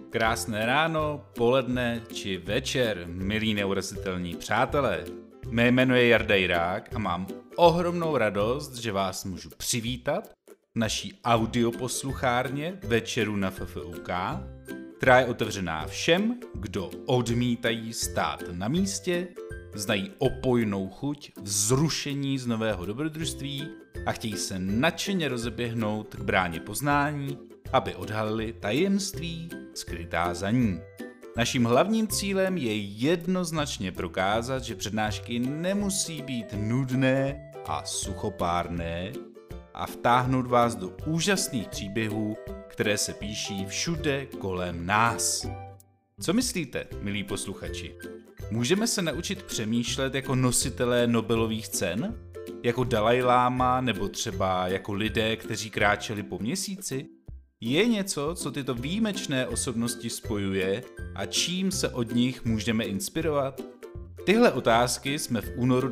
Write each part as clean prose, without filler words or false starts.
Krásné ráno, poledne či večer, milí neurazitelní přátelé. Mé jméno je Jarda Jirák a mám ohromnou radost, že vás můžu přivítat v naší audioposluchárně Večeru na FFUK, která je otevřená všem, kdo odmítají stát na místě, znají opojnou chuť vzrušení z nového dobrodružství a chtějí se nadšeně rozeběhnout k bráně poznání, aby odhalili tajemství skrytá za ní. Naším hlavním cílem je jednoznačně prokázat, že přednášky nemusí být nudné a suchopárné a vtáhnout vás do úžasných příběhů, které se píší všude kolem nás. Co myslíte, milí posluchači? Můžeme se naučit přemýšlet jako nositelé Nobelových cen? Jako Dalajláma nebo třeba jako lidé, kteří kráčeli po měsíci? Je něco, co tyto výjimečné osobnosti spojuje a čím se od nich můžeme inspirovat? Tyhle otázky jsme v únoru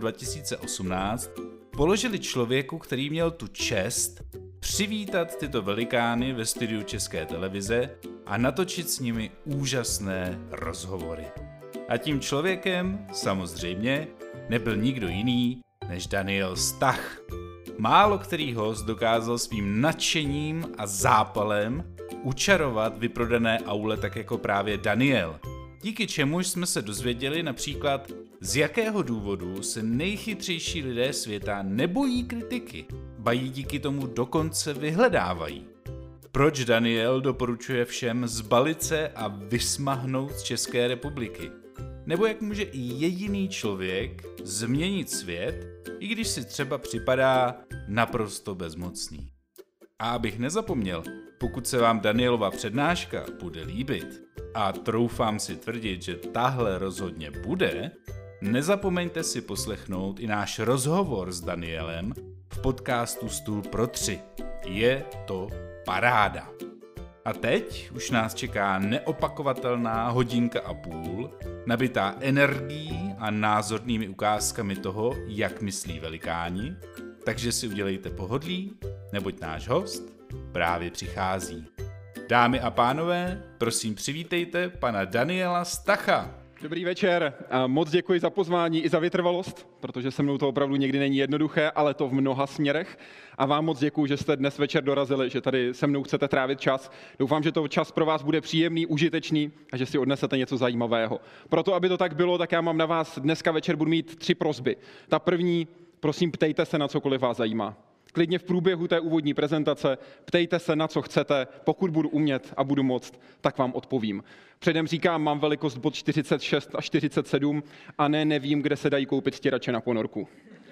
2018 položili člověku, který měl tu čest přivítat tyto velikány ve studiu České televize a natočit s nimi úžasné rozhovory. A tím člověkem samozřejmě nebyl nikdo jiný než Daniel Stach. Málo který host dokázal svým nadšením a zápalem učarovat vyprodané aule tak jako právě Daniel. Díky čemuž jsme se dozvěděli například, z jakého důvodu se nejchytřejší lidé světa nebojí kritiky, ba ji díky tomu dokonce vyhledávají. Proč Daniel doporučuje všem zbalit se a vysmahnout z České republiky? Nebo jak může i jediný člověk změnit svět, i když si třeba připadá naprosto bezmocný. A abych nezapomněl, pokud se vám Danielova přednáška bude líbit, a troufám si tvrdit, že tahle rozhodně bude, nezapomeňte si poslechnout i náš rozhovor s Danielem v podcastu Stůl pro tři. Je to paráda. A teď už nás čeká neopakovatelná hodinka a půl, nabitá energií a názornými ukázkami toho, jak myslí velikáni, takže si udělejte pohodlí, neboť náš host právě přichází. Dámy a pánové, prosím přivítejte pana Daniela Stacha. Dobrý večer, moc děkuji za pozvání i za vytrvalost, protože se mnou to opravdu někdy není jednoduché, ale to v mnoha směrech. A vám moc děkuji, že jste dnes večer dorazili, že tady se mnou chcete trávit čas. Doufám, že to čas pro vás bude příjemný, užitečný a že si odnesete něco zajímavého. Proto, aby to tak bylo, tak já mám na vás dneska večer budu mít 3 prosby. Ta první, prosím, ptejte se na cokoliv vás zajímá. Klidně v průběhu té úvodní prezentace ptejte se na co chcete, pokud budu umět a budu moct, tak vám odpovím. Předem říkám, mám velikost bod 46 a 47 a nevím, kde se dají koupit stěrače na ponorku.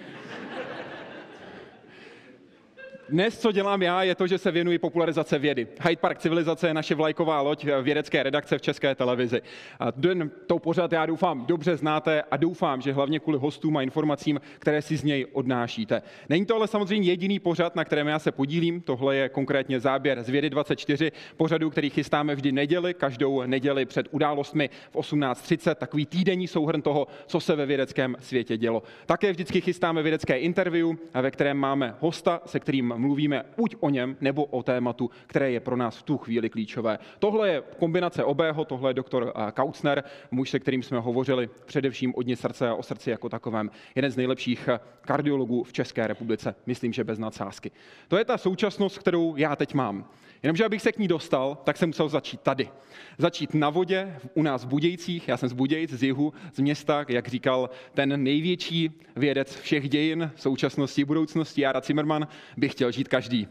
Dnes, co dělám já, je to, že se věnuji popularizace vědy. Hyde Park civilizace je naše vlajková loď vědecké redakce v České televizi. To pořad, já doufám, dobře znáte a doufám, že hlavně kvůli hostům a informacím, které si z něj odnášíte. Není to ale samozřejmě jediný pořad, na kterém já se podílím. Tohle je konkrétně záběr z Vědy 24, pořadu, který chystáme vždy neděli, každou neděli před událostmi v 18:30, takový týdenní souhrn toho, co se ve vědeckém světě dělo. Také vždycky chystáme vědecké interview, ve kterém máme hosta, se kterým mluvíme buď o něm, nebo o tématu, které je pro nás v tu chvíli klíčové. Tohle je kombinace obého, tohle je doktor Kautzner, muž, se kterým jsme hovořili především o dni srdce a o srdci jako takovém. Jeden z nejlepších kardiologů v České republice, myslím, že bez nadsázky. To je ta současnost, kterou já teď mám. Jenomže abych se k ní dostal, tak jsem musel začít tady. Začít na vodě, u nás v Budějcích, já jsem z Budějc, z jihu, z města, jak říkal ten největší vědec všech dějin, současnosti i budoucnosti, Jára Cimrman, by chtěl žít každý.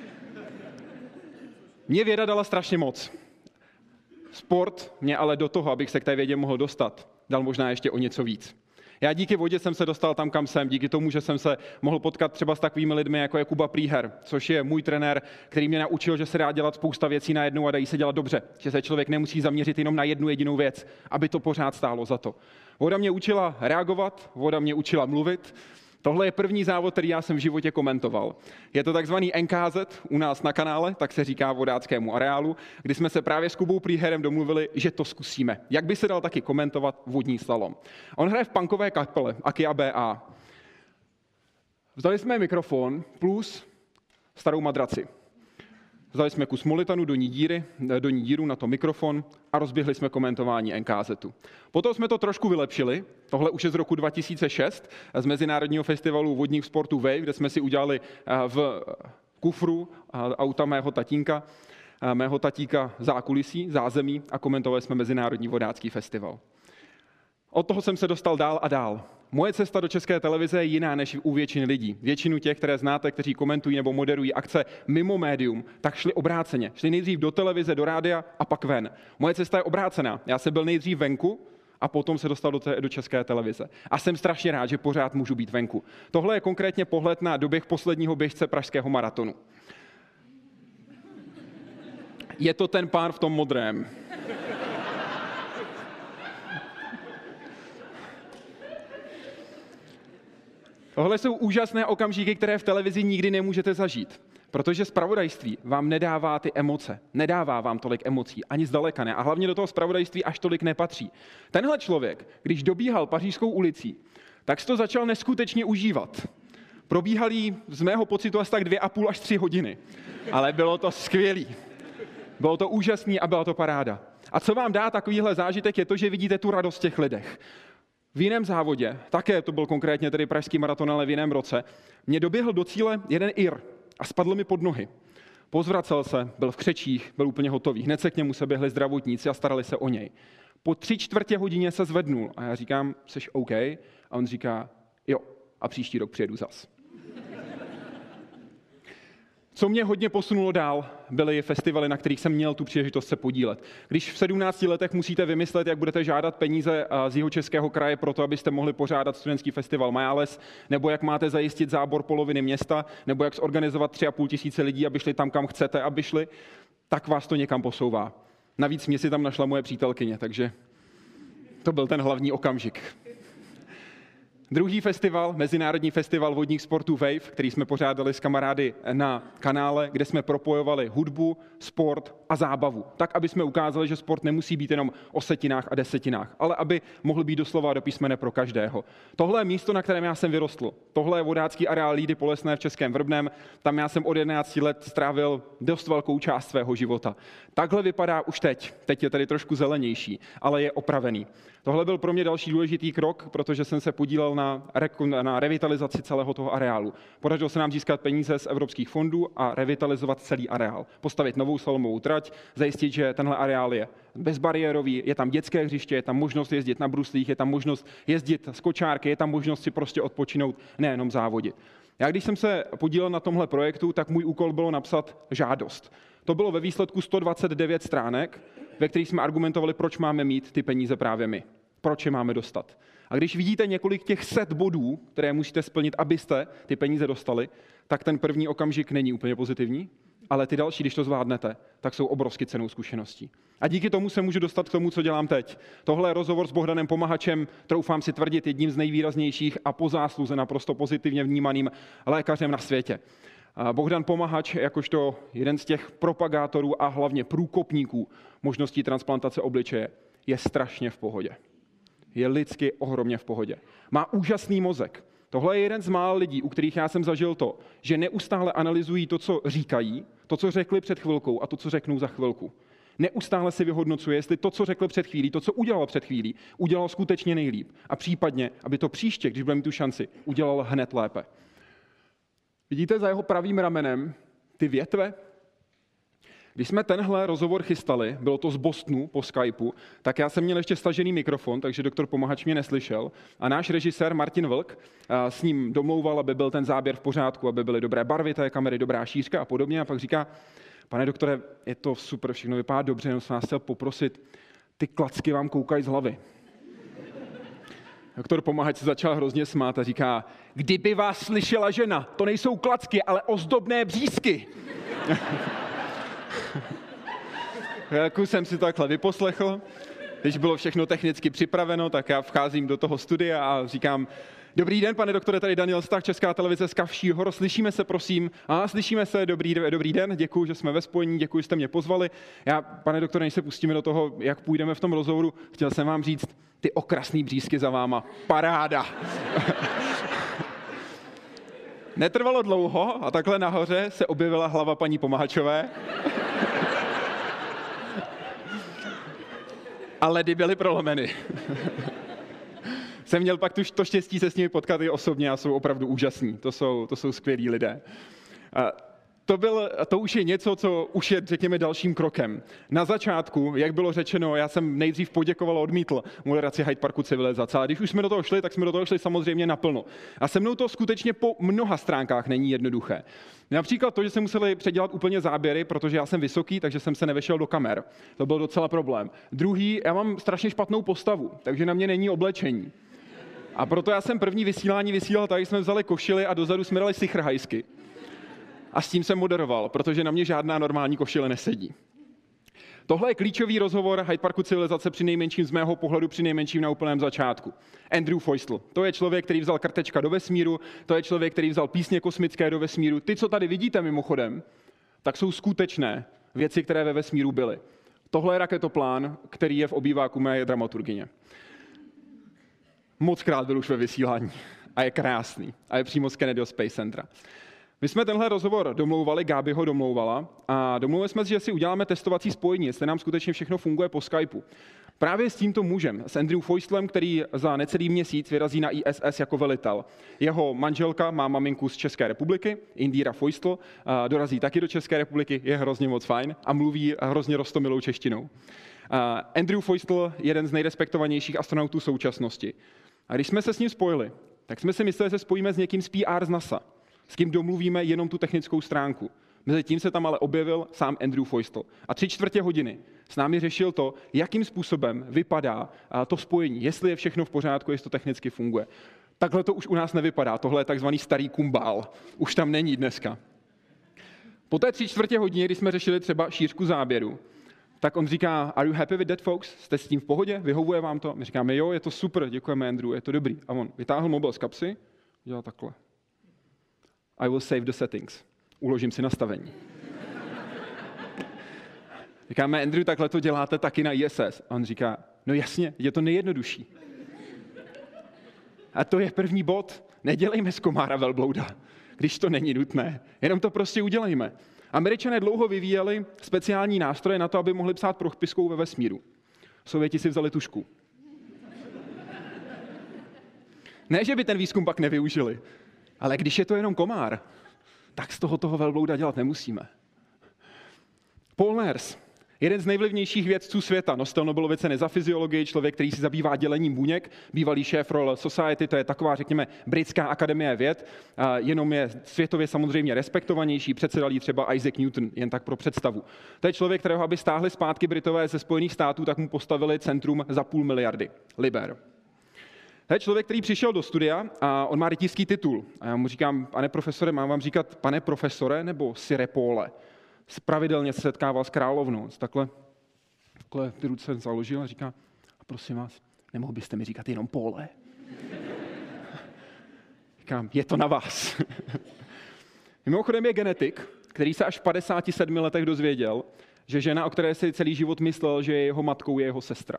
Mě věda dala strašně moc. Sport mě ale do toho, abych se k té vědě mohl dostat, dal možná ještě o něco víc. Já díky vodě jsem se dostal tam, kam jsem, díky tomu, že jsem se mohl potkat třeba s takovými lidmi, jako je Kuba Prýher, což je můj trenér, který mě naučil, že se dá dělat spousta věcí najednou a dají se dělat dobře, že se člověk nemusí zaměřit jenom na jednu jedinou věc, aby to pořád stálo za to. Voda mě učila reagovat, voda mě učila mluvit. Tohle je první závod, který já jsem v životě komentoval. Je to takzvaný NKZ u nás na kanále, tak se říká vodáckému areálu, kdy jsme se právě s Kubou Prýherem domluvili, že to zkusíme. Jak by se dal taky komentovat vodní slalom. On hraje v punkové kapele Akia BA. Vzali jsme mikrofon plus starou madraci. Vzali jsme kus molitanu do ní díru na to mikrofon a rozběhli jsme komentování NKZ-u. Potom jsme to trošku vylepšili, tohle už je z roku 2006, z Mezinárodního festivalu vodních sportů Wave, kde jsme si udělali v kufru auta mého tatíka zákulisí, zázemí a komentovali jsme Mezinárodní vodácký festival. Od toho jsem se dostal dál a dál. Moje cesta do České televize je jiná než u většiny lidí. Většinu těch, které znáte, kteří komentují nebo moderují akce mimo médium, tak šli obráceně. Šli nejdřív do televize, do rádia a pak ven. Moje cesta je obrácená. Já jsem byl nejdřív venku a potom se dostal do České televize. A jsem strašně rád, že pořád můžu být venku. Tohle je konkrétně pohled na doběh posledního běžce pražského maratonu. Je to ten pán v tom modrém. Tohle jsou úžasné okamžiky, které v televizi nikdy nemůžete zažít, protože zpravodajství vám nedává ty emoce, nedává vám tolik emocí, ani zdaleka ne, a hlavně do toho zpravodajství až tolik nepatří. Tenhle člověk, když dobíhal Pařížskou ulicí, tak si to začal neskutečně užívat. Probíhal jí z mého pocitu asi tak 2,5 až 3 hodiny, ale bylo to skvělý. Bylo to úžasný a byla to paráda. A co vám dá takovýhle zážitek, je to, že vidíte tu radost v těch lidech. V jiném závodě, také to byl konkrétně tedy pražský maraton, ale v jiném roce, mě doběhl do cíle jeden Ir a spadl mi pod nohy. Pozvracel se, byl v křečích, byl úplně hotový. Hned se k němu seběhli zdravotníci a starali se o něj. Po 3/4 hodině se zvednul a já říkám, jseš OK? A on říká, jo, a příští rok přijedu zas. Co mě hodně posunulo dál, byly festivaly, na kterých jsem měl tu příležitost se podílet. Když v 17 letech musíte vymyslet, jak budete žádat peníze z Jihočeského kraje pro to, abyste mohli pořádat studentský festival Majales, nebo jak máte zajistit zábor poloviny města, nebo jak zorganizovat 3,5 tisíce lidí, aby šli tam, kam chcete, aby šli, tak vás to někam posouvá. Navíc mě si tam našla moje přítelkyně, takže to byl ten hlavní okamžik. Druhý festival, Mezinárodní festival vodních sportů Wave, který jsme pořádali s kamarády na kanále, kde jsme propojovali hudbu, sport a zábavu. Tak, aby jsme ukázali, že sport nemusí být jenom o setinách a desetinách, ale aby mohl být doslova do písmene pro každého. Tohle je místo, na kterém já jsem vyrostl. Tohle je vodácký areál Lídy Polesné v Českém Vrbném. Tam já jsem od 11 let strávil dost velkou část svého života. Takhle vypadá už teď. Teď je tady trošku zelenější, ale je opravený. Tohle byl pro mě další důležitý krok, protože jsem se podílel na revitalizaci celého toho areálu. Podařilo se nám získat peníze z evropských fondů a revitalizovat celý areál. Postavit novou slalomovou trať, zajistit, že tenhle areál je bezbariérový, je tam dětské hřiště, je tam možnost jezdit na bruslích, je tam možnost jezdit z kočárky, je tam možnost si prostě odpočinout, nejenom závodit. Já když jsem se podílel na tomhle projektu, tak můj úkol bylo napsat žádost. To bylo ve výsledku 129 stránek, ve kterých jsme argumentovali, proč máme mít ty peníze právě my. Proč je máme dostat. A když vidíte několik těch set bodů, které musíte splnit, abyste ty peníze dostali, tak ten první okamžik není úplně pozitivní, ale ty další, když to zvládnete, tak jsou obrovsky cennou zkušeností. A díky tomu se můžu dostat k tomu, co dělám teď. Tohle je rozhovor s Bohdanem Pomahačem, troufám si tvrdit, jedním z nejvýraznějších a po zásluze naprosto pozitivně vnímaným lékařem na světě. Bohdan Pomahač, jakožto jeden z těch propagátorů a hlavně průkopníků možností transplantace obličeje, je strašně v pohodě. Je lidsky ohromně v pohodě. Má úžasný mozek. Tohle je jeden z mála lidí, u kterých já jsem zažil to, že neustále analyzují to, co říkají, to, co řekli před chvilkou a to, co řeknou za chvilku. Neustále si vyhodnocuje, jestli to, co řekl před chvílí, to, co udělal před chvílí, udělal skutečně nejlíp. A případně, aby to příště, když bude mít tu šanci, udělal hned lépe. Vidíte za jeho pravým ramenem ty větve? Když jsme tenhle rozhovor chystali, bylo to z Bostonu po Skypeu, tak já jsem měl ještě stažený mikrofon, takže doktor Pomahač mě neslyšel. A náš režisér Martin Vlk s ním domlouval, aby byl ten záběr v pořádku, aby byly dobré barvy té kamery, dobrá šířka a podobně. A pak říká, pane doktore, je to super, všechno vypadá dobře, jenom jsem vás chtěl poprosit, ty klacky vám koukají z hlavy. Doktor Pomahač se začal hrozně smát a říká, kdyby vás slyšela žena, to nejsou klacky, ale ozdobné břízky. Jako jsem si to takhle vyposlechl, když bylo všechno technicky připraveno, tak já vcházím do toho studia a říkám, dobrý den, pane doktore, tady Daniel Stach, Česká televize z Kavší hor, slyšíme se, prosím. A slyšíme se, dobrý den, děkuji, že jsme ve spojení, děkuji, že jste mě pozvali. Já, pane doktore, než se pustíme do toho, jak půjdeme v tom rozhovoru, chtěl jsem vám říct, ty okrasný břízky za váma, paráda. Netrvalo dlouho a takhle nahoře se objevila hlava paní Pomahačové. A ledy byly prolomeny. Jsem měl pak to štěstí se s nimi potkat i osobně a jsou opravdu úžasní. To jsou skvělí lidé. To už je něco, co už je, řekněme, dalším krokem. Na začátku, jak bylo řečeno, já jsem nejdřív poděkoval a odmítl moderaci Hyde Parku civilizace, ale když už jsme do toho šli, tak jsme do toho šli samozřejmě naplno. A se mnou to skutečně po mnoha stránkách není jednoduché. Například to, že jsem museli předělat úplně záběry, protože já jsem vysoký, takže jsem se nevešel do kamer. To byl docela problém. Druhý, já mám strašně špatnou postavu, takže na mě není oblečení. A proto já jsem první vysílání vysílal tak, že jsme vzali košili a dozadu jsme dali sichrhajsky. A s tím jsem moderoval, protože na mě žádná normální košile nesedí. Tohle je klíčový rozhovor Hyde Parku civilizace při nejmenším z mého pohledu, při nejmenším na úplném začátku. Andrew Feustel. To je člověk, který vzal krtečka do vesmíru, to je člověk, který vzal písně kosmické do vesmíru. Ty, co tady vidíte mimochodem, tak jsou skutečné věci, které ve vesmíru byly. Tohle je raketoplán, který je v obýváku mé dramaturgyně. Mockrát byl už ve vysílání a je krásný a je přímo z Kennedyho Space Centra. My jsme tenhle rozhovor domlouvali, Gáby ho domlouvala a domluvili jsme si, že si uděláme testovací spojení, jestli nám skutečně všechno funguje po Skypeu. Právě s tímto mužem, s Andrew Feustlem, který za necelý měsíc vyrazí na ISS jako velitel. Jeho manželka má maminku z České republiky, Indíra Feustl, dorazí taky do České republiky, je hrozně moc fajn a mluví hrozně roztomilou češtinou. Andrew Feustl, jeden z nejrespektovanějších astronautů současnosti. A když jsme se s ním spojili, tak jsme si mysleli, že se spojíme s někým z PR z NASA, s kým domluvíme jenom tu technickou stránku. Mezitím se tam ale objevil sám Andrew Feustl. A 3/4 hodiny s námi řešil to, jakým způsobem vypadá to spojení, jestli je všechno v pořádku, jestli to technicky funguje. Takhle to už u nás nevypadá, tohle je takzvaný starý kumbál. Už tam není dneska. Po té 3/4 hodině, když jsme řešili třeba šířku záběru, tak on říká, are you happy with that, folks? Jste s tím v pohodě? Vyhovuje vám to? My říkáme, jo, je to super, děkujeme, Andrew, je to dobrý. A on vytáhl mobil z kapsy, dělal takhle. I will save the settings. Uložím si nastavení. Říkáme, Andrew, takhle to děláte taky na ISS. A on říká, no jasně, je to nejjednodušší. A to je první bod. Nedělejme z komára velblouda, když to není nutné. Jenom to prostě udělejme. Američané dlouho vyvíjeli speciální nástroje na to, aby mohli psát propiskou ve vesmíru. Sověti si vzali tužku. Ne, že by ten výzkum pak nevyužili, ale když je to jenom komár, tak z toho velblouda dělat nemusíme. Paul Ners, jeden z nejvlivnějších vědců světa, nositel Nobelovy ceny za fyziologii, člověk, který si zabývá dělením buněk, bývalý šéf Royal Society, to je taková, řekněme, britská akademie věd, jenom je světově samozřejmě respektovanější, předsedal jí třeba Isaac Newton, jen tak pro představu. To je člověk, kterého, aby stáhli zpátky Britové ze Spojených států, tak mu postavili centrum za 500 miliardy liber. To je člověk, který přišel do studia a on má rytířský titul. A já mu říkám, pane profesore, mám vám říkat pane profesore nebo Sire Paule? Pravidelně se setkával s královnou. Takhle ty ruce založil a říká, a prosím vás, nemohl byste mi říkat jenom Paule? Říkám, je to na vás. Mimochodem je genetik, který se až v 57 letech dozvěděl, že žena, o které si celý život myslel, že je jeho matkou, je jeho sestra.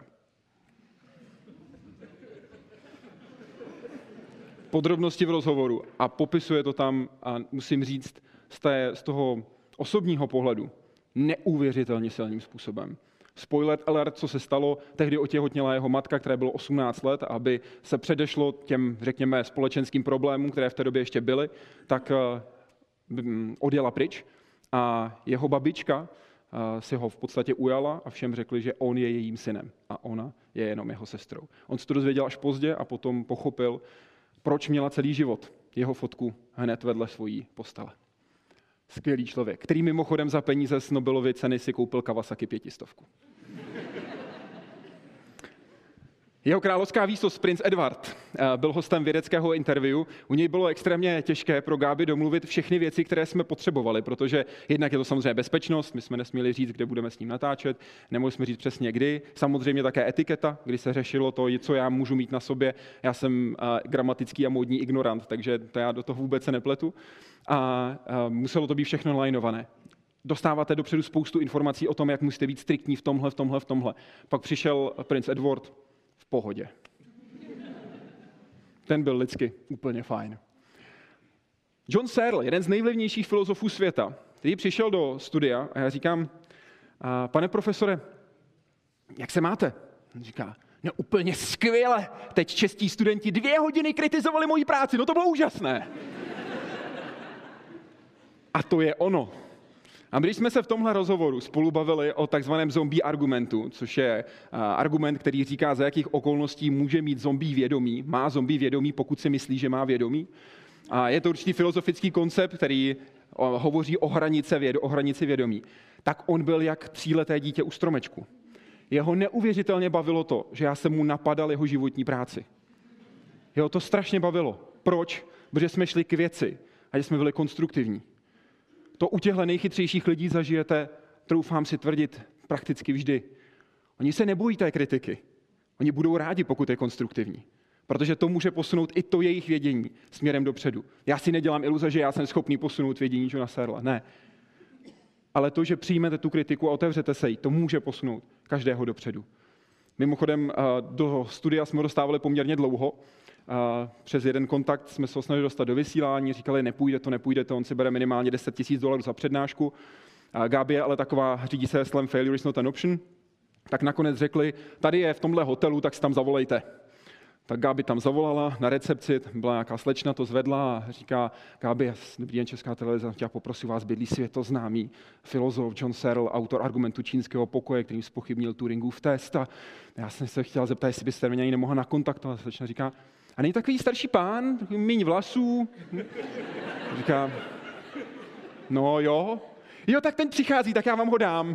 Podrobnosti v rozhovoru a popisuje to tam a musím říct z toho osobního pohledu neuvěřitelně silným způsobem. Spoiler alert, co se stalo, tehdy otěhotněla jeho matka, které bylo 18 let, aby se předešlo těm, řekněme, společenským problémům, které v té době ještě byly, tak odjela pryč a jeho babička si ho v podstatě ujala a všem řekli, že on je jejím synem a ona je jenom jeho sestrou. On se to dozvěděl až pozdě a potom pochopil, proč měla celý život jeho fotku hned vedle svojí postele. Skvělý člověk, který mimochodem za peníze z Nobelovy ceny si koupil Kawasaki 500. Jeho královská výsost princ Edward byl hostem vědeckého interview. U něj bylo extrémně těžké pro Gáby domluvit všechny věci, které jsme potřebovali, protože jednak je to samozřejmě bezpečnost, my jsme nesměli říct, kde budeme s ním natáčet, nemohli jsme říct přesně kdy, samozřejmě také etiketa, kdy se řešilo to, co já můžu mít na sobě. Já jsem gramatický a módní ignorant, takže to já do toho vůbec se nepletu. A muselo to být všechno lineované. Dostáváte dopředu spoustu informací o tom, jak musíte být striktní v tomhle. Pak přišel princ Edward, v pohodě. Ten byl lidsky úplně fajn. John Searle, jeden z nejvlivnějších filozofů světa, který přišel do studia a já říkám, pane profesore, jak se máte? On říká, no úplně skvěle, teď čeští studenti 2 hodiny kritizovali moji práci, no to bylo úžasné. A to je ono. A když jsme se v tomhle rozhovoru spolu bavili o takzvaném zombie argumentu, což je argument, který říká, za jakých okolností může mít zombie vědomí, má zombie vědomí, pokud si myslí, že má vědomí. A je to určitý filozofický koncept, který hovoří o hranici vědomí. Tak on byl jak 3leté dítě u stromečku. Jeho neuvěřitelně bavilo to, že já jsem mu napadal jeho životní práci. Jeho to strašně bavilo. Proč? Protože jsme šli k věci a že jsme byli konstruktivní. To u těchto nejchytřejších lidí zažijete, troufám si tvrdit, prakticky vždy. Oni se nebojí té kritiky. Oni budou rádi, pokud je konstruktivní. Protože to může posunout i to jejich vědění směrem dopředu. Já si nedělám iluze, že já jsem schopný posunout vědění Johna Searla. Ne. Ale to, že přijmete tu kritiku a otevřete se jí, to může posunout každého dopředu. Mimochodem, do studia jsme dostávali poměrně dlouho. Přes jeden kontakt jsme se ho snažili dostat do vysílání, říkali, nepůjde to, on si bere minimálně $10,000 za přednášku. Gabi je ale taková, řídí se heslem failure is not an option, tak nakonec řekli, tady je v tomhle hotelu, tak si tam zavolejte. Tak Gabi tam zavolala na recepci, byla nějaká slečna, to zvedla a říká, Gabi, dobrý den, Česká televize, já poprosím vás, bydlí světoznámý filozof John Searle, autor argumentu čínského pokoje, kterým zpochybnil Turingův test. A já jsem se chtěla zeptat, jestli byste mě ani nemohla nakontaktovat. Slečna říká, a není takový starší pán, míň vlasů? Říká, no jo, tak ten přichází, tak já vám ho dám.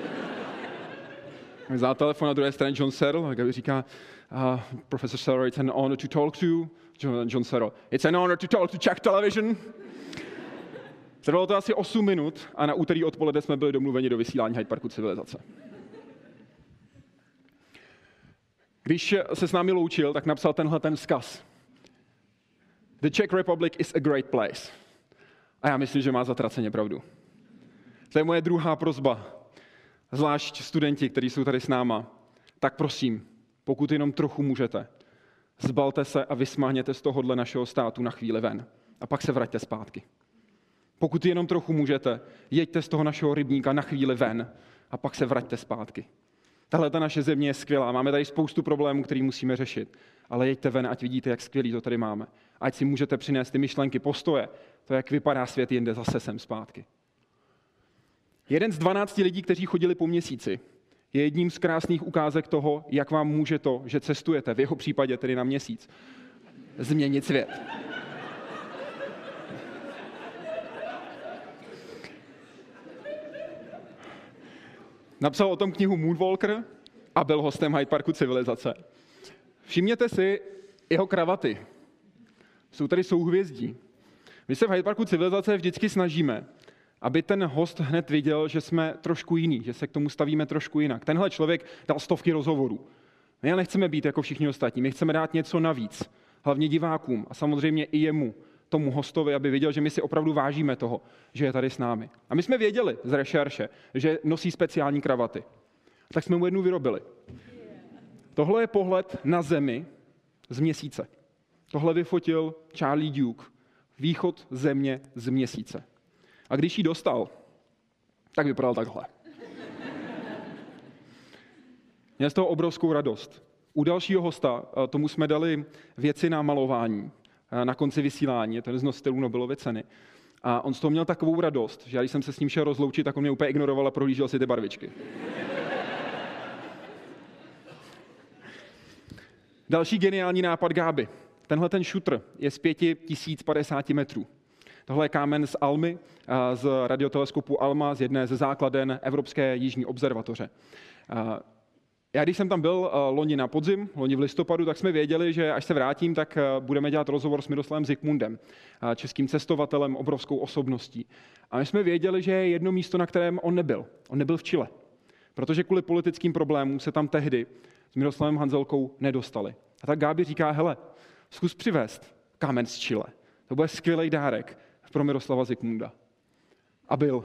Vzal telefon na druhé straně John Searle a Gabi říká, Professor Searle, it's an honor to talk to John Searle. It's an honor to talk to Czech television. Trvalo to asi 8 minut a na úterý odpoledne jsme byli domluveni do vysílání Hyde Parku civilizace. Když se s námi loučil, tak napsal ten vzkaz. The Czech Republic is a great place. A já myslím, že má zatraceně pravdu. To je moje druhá prosba. Zvlášť studenti, kteří jsou tady s náma. Tak prosím, pokud jenom trochu můžete, zbalte se a vysmáhněte z tohohle našeho státu na chvíli ven. A pak se vraťte zpátky. Pokud jenom trochu můžete, jeďte z toho našeho rybníka na chvíli ven a pak se vraťte zpátky. Tahle ta naše země je skvělá, máme tady spoustu problémů, které musíme řešit, ale jeďte ven, ať vidíte, jak skvělý to tady máme. Ať si můžete přinést ty myšlenky, postoje, to, jak vypadá svět jinde, zase sem zpátky. Jeden z 12 lidí, kteří chodili po měsíci, je jedním z krásných ukázek toho, jak vám může to, že cestujete, v jeho případě tedy na měsíc, změnit svět. Napsal o tom knihu Moonwalker a byl hostem Hyde Parku civilizace. Všimněte si jeho kravaty. Jsou tady souhvězdí. My se v Hyde Parku civilizace vždycky snažíme, aby ten host hned viděl, že jsme trošku jiný, že se k tomu stavíme trošku jinak. Tenhle člověk dal stovky rozhovorů. My nechceme být jako všichni ostatní, my chceme dát něco navíc, hlavně divákům a samozřejmě i jemu, tomu hostovi, aby viděl, že my si opravdu vážíme toho, že je tady s námi. A my jsme věděli z rešerše, že nosí speciální kravaty. Tak jsme mu jednu vyrobili. Tohle je pohled na Zemi z Měsíce. Tohle vyfotil Charlie Duke. Východ Země z Měsíce. A když ji dostal, tak vypadal takhle. Měl z toho obrovskou radost. U dalšího hosta, tomu jsme dali věci na malování, na konci vysílání, je to jeden z nositelů Nobelovy ceny. A on z toho měl takovou radost, že když jsem se s ním šel rozloučit, tak on mě úplně ignoroval a prohlížel si ty barvičky. Další geniální nápad Gáby. Tenhle ten šutr je z 5050 metrů. Tohle je kámen z Almy, z radioteleskopu Alma, z jedné ze základen Evropské jižní observatoře. Já když jsem tam byl loni na podzim, loni v listopadu, tak jsme věděli, že až se vrátím, tak budeme dělat rozhovor s Miroslavem Zikmundem, českým cestovatelem, obrovskou osobností. A my jsme věděli, že je jedno místo, na kterém on nebyl. On nebyl v Chile. Protože kvůli politickým problémům se tam tehdy s Miroslavem Hanzelkou nedostali. A tak Gábi říká, hele, zkus přivést kámen z Chile. To bude skvělý dárek pro Miroslava Zikmunda. A byl.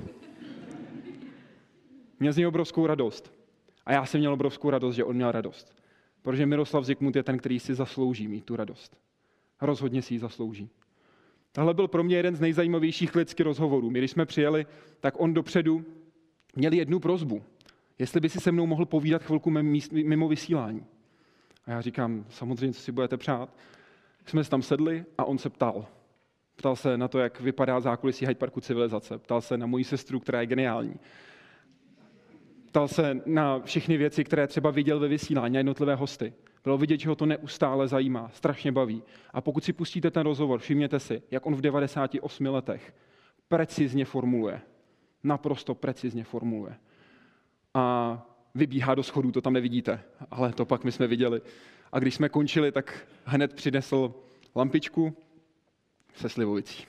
Měl z něj obrovskou radost. A já jsem měl obrovskou radost, že on měl radost. Protože Miroslav Zikmund je ten, který si zaslouží mít tu radost. Rozhodně si ji zaslouží. Tohle byl pro mě jeden z nejzajímavějších lidských rozhovorů. My, když jsme přijeli, tak on dopředu měl jednu prosbu. Jestli by si se mnou mohl povídat chvilku mimo vysílání. A já říkám, samozřejmě, co si budete přát. Jsme se tam sedli a on se ptal. Ptal se na to, jak vypadá zákulisí Hyde Parku civilizace. Ptal se na moji sestru, která je geniální. Ptal se na všechny věci, které třeba viděl ve vysílání, na jednotlivé hosty. Bylo vidět, že ho to neustále zajímá, strašně baví. A pokud si pustíte ten rozhovor, všimněte si, jak on v 98 letech precizně formuluje. Naprosto precizně formuluje. A vybíhá do schodů, to tam nevidíte, ale to pak my jsme viděli. A když jsme končili, tak hned přinesl lampičku se slivovicí.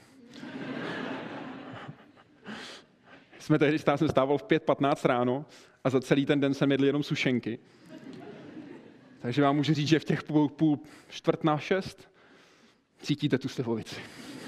Jsem stával v 5:15 ráno a za celý ten den jsem jedl jenom sušenky. Takže vám můžu říct, že v těch půl čtvrt na 6 cítíte tu slivovici.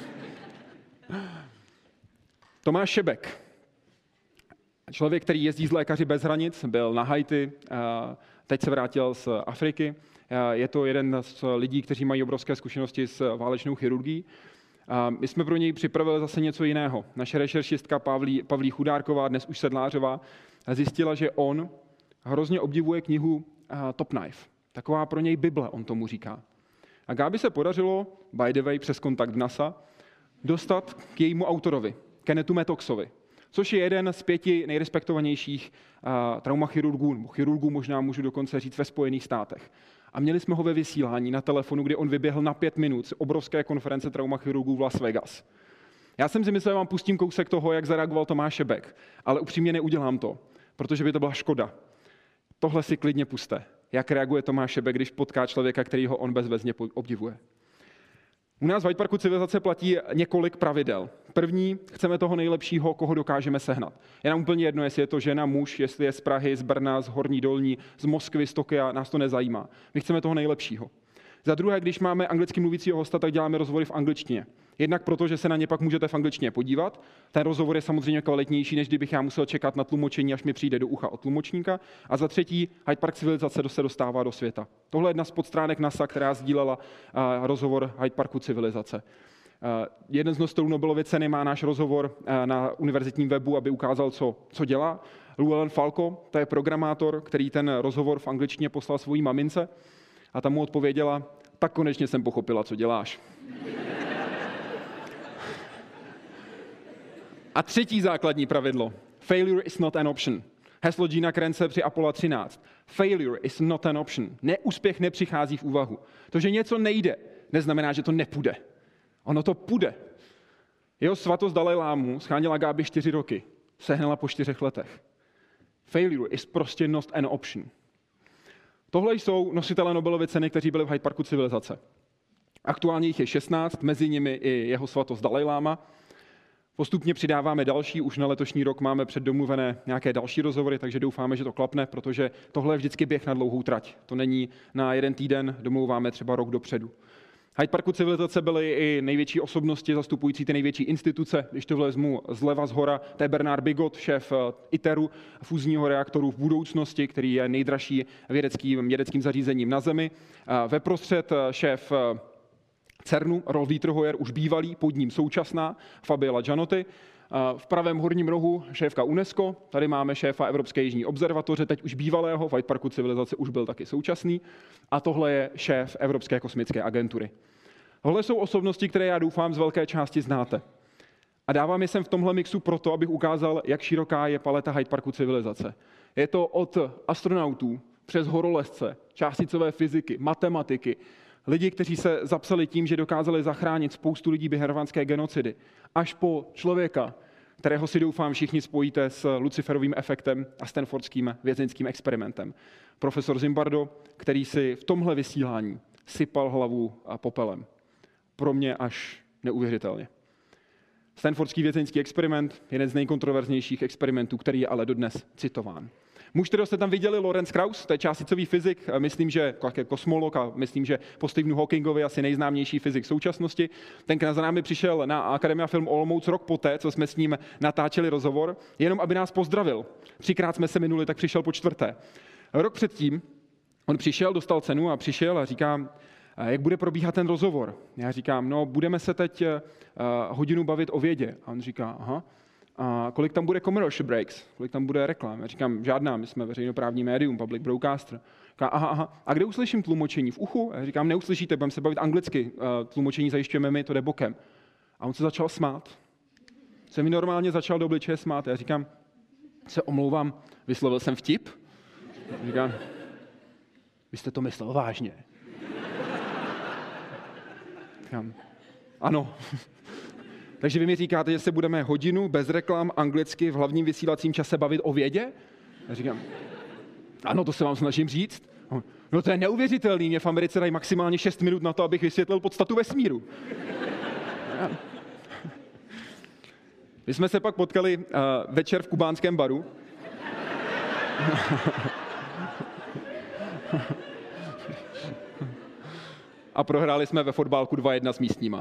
Tomáš Šebek. Člověk, který jezdí z Lékaři bez hranic, byl na Haiti, teď se vrátil z Afriky. Je to jeden z lidí, kteří mají obrovské zkušenosti s válečnou chirurgií. My jsme pro něj připravili zase něco jiného. Naše rešeršistka Pavlí Chudárková, dnes už sedlářová, zjistila, že on hrozně obdivuje knihu Top Knife. Taková pro něj Bible, on tomu říká. A Gábi se podařilo, by the way, přes kontakt v NASA, dostat k jejímu autorovi, Kennethu Mattoxovi, což je jeden z 5 nejrespektovanějších traumachirurgů, nebo chirurgů možná můžu dokonce říct ve Spojených státech. A měli jsme ho ve vysílání na telefonu, kdy on vyběhl na 5 minut z obrovské konference traumachirurgů v Las Vegas. Já jsem si myslel, že vám pustím kousek toho, jak zareagoval Tomáš Šebek, ale upřímně neudělám to, protože by to byla škoda. Tohle si klidně puste, jak reaguje Tomáš Šebek, když potká člověka, který ho on bezvezně obdivuje. U nás v Hyde Parku civilizace platí několik pravidel. První, chceme toho nejlepšího, koho dokážeme sehnat. Je nám úplně jedno, jestli je to žena, muž, jestli je z Prahy, z Brna, z Horní Dolní, z Moskvy, z Tokia, nás to nezajímá. My chceme toho nejlepšího. Za druhé, když máme anglicky mluvícího hosta, tak děláme rozhovory v angličtině. Jednak proto, že se na ně pak můžete v angličtině podívat. Ten rozhovor je samozřejmě kvalitnější, než kdybych já musel čekat na tlumočení, až mi přijde do ucha od tlumočníka. A za třetí, Hyde Park civilizace se dostává do světa. Tohle je jedna z podstránek NASA, která sdílela rozhovor Hyde Parku civilizace. Jeden z nositelů Nobelovy ceny má náš rozhovor na univerzitním webu, aby ukázal, co dělá. Llewellyn Falco, to je programátor, který ten rozhovor v angličtině poslal svojí mamince a ta mu odpověděla, tak konečně jsem pochopila, co děláš. A třetí základní pravidlo. Failure is not an option. Heslo Gina Krence při Apollo 13. Failure is not an option. Neúspěch nepřichází v úvahu. To, že něco nejde, neznamená, že to nepůjde. Ono to půjde. Jeho svatost Dalajlámu scháněla Gábi 4 roky. Sehnala po 4 letech. Failure is prostě not an option. Tohle jsou nositelé Nobelovy ceny, kteří byli v Hyde Parku civilizace. Aktuálně jich je 16, mezi nimi i jeho svatost Dalajláma. Postupně přidáváme další, už na letošní rok máme předdomluvené nějaké další rozhovory, takže doufáme, že to klapne, protože tohle je vždycky běh na dlouhou trať. To není na 1 týden, domlouváme třeba rok dopředu. V Hyde Parku civilizace byly i největší osobnosti zastupující ty největší instituce. Když to vezmu zleva zhora, to je Bernard Bigot, šéf ITERu, fúzního reaktoru v budoucnosti, který je nejdražší vědeckým zařízením na Zemi. Veprostřed šéf CERNu, Rolf Dieterhoyer, už bývalý, pod ním současná, Fabiola Gianotti. V pravém horním rohu šéfka UNESCO, tady máme šéfa Evropské jižní observatoře, teď už bývalého, v Hyde Parku civilizace už byl taky současný, a tohle je šéf Evropské kosmické agentury. Tohle jsou osobnosti, které já doufám z velké části znáte. A dávám je sem v tomhle mixu proto, abych ukázal, jak široká je paleta Hyde Parku civilizace. Je to od astronautů přes horolezce, částicové fyziky, matematiky, lidi, kteří se zapsali tím, že dokázali zachránit spoustu lidí během rwandské genocidy, až po člověka, kterého si doufám všichni spojíte s Luciferovým efektem a stanfordským vězeňským experimentem. Profesor Zimbardo, který si v tomhle vysílání sypal hlavu a popelem. Pro mě až neuvěřitelně. Stanfordský vězeňský experiment, jeden z nejkontroverznějších experimentů, který je ale dodnes citován. Muž, kterého jste tam viděli, Lawrence Krauss, to je částicový fyzik, myslím, že kosmolog a myslím, že po Stephenu Hawkingovi asi nejznámější fyzik současnosti. Tenkrát za námi přišel na Academia Film Olomouc rok poté, co jsme s ním natáčeli rozhovor, jenom aby nás pozdravil. 3krát jsme se minuli, tak přišel po 4. Rok předtím on přišel, dostal cenu a přišel a říká, jak bude probíhat ten rozhovor. Já říkám, no budeme se teď hodinu bavit o vědě. A on říká, aha. A kolik tam bude commercial breaks? Kolik tam bude reklam? Já říkám, žádná, my jsme veřejnoprávní médium, public broadcaster. Říká, aha. A kde uslyším tlumočení? V uchu? Já říkám, neuslyšíte, budeme se bavit anglicky. Tlumočení zajišťujeme my, to jde bokem. A on se začal smát. Se mi normálně začal do obličeje smát. Já říkám, se omlouvám, vyslovil jsem vtip? Říkám, vy jste to myslel vážně? Říkám, ano. Takže vy mi říkáte, že se budeme hodinu bez reklam anglicky v hlavním vysílacím čase bavit o vědě? Já říkám, ano, to se vám snažím říct. No to je neuvěřitelný, mě v Americe dají maximálně 6 minut na to, abych vysvětlil podstatu vesmíru. My jsme se pak potkali večer v kubánském baru. A prohráli jsme ve fotbálku 2-1 s místníma.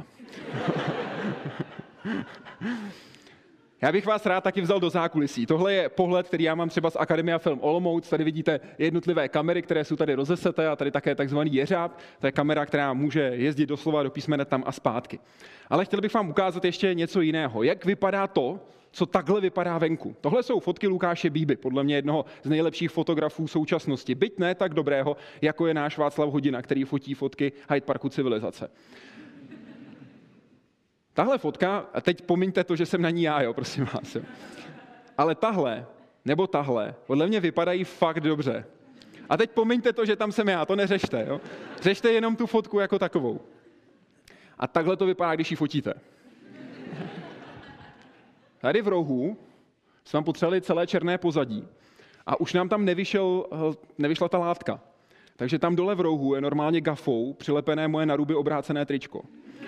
Já bych vás rád taky vzal do zákulisí. Tohle je pohled, který já mám třeba z Akademia Film Olomouc. Tady vidíte jednotlivé kamery, které jsou tady rozeseté a tady také takzvaný jeřáb. To je kamera, která může jezdit doslova do písmene tam a zpátky. Ale chtěl bych vám ukázat ještě něco jiného. Jak vypadá to, co takhle vypadá venku. Tohle jsou fotky Lukáše Bíby, podle mě jednoho z nejlepších fotografů současnosti. Byť ne tak dobrého, jako je náš Václav Hodina, který fotí fotky Hyde Parku civilizace. Tahle fotka, a teď pomiňte to, že jsem na ní já, jo, prosím vás. Jo. Ale tahle, podle mě vypadají fakt dobře. A teď pomiňte to, že tam jsem já, to neřešte. Jo. Řešte jenom tu fotku jako takovou. A takhle to vypadá, když ji fotíte. Tady v rohu jsme potřebovali celé černé pozadí a už nám tam nevyšla ta látka. Takže tam dole v rohu je normálně gafou přilepené moje na ruby obrácené tričko.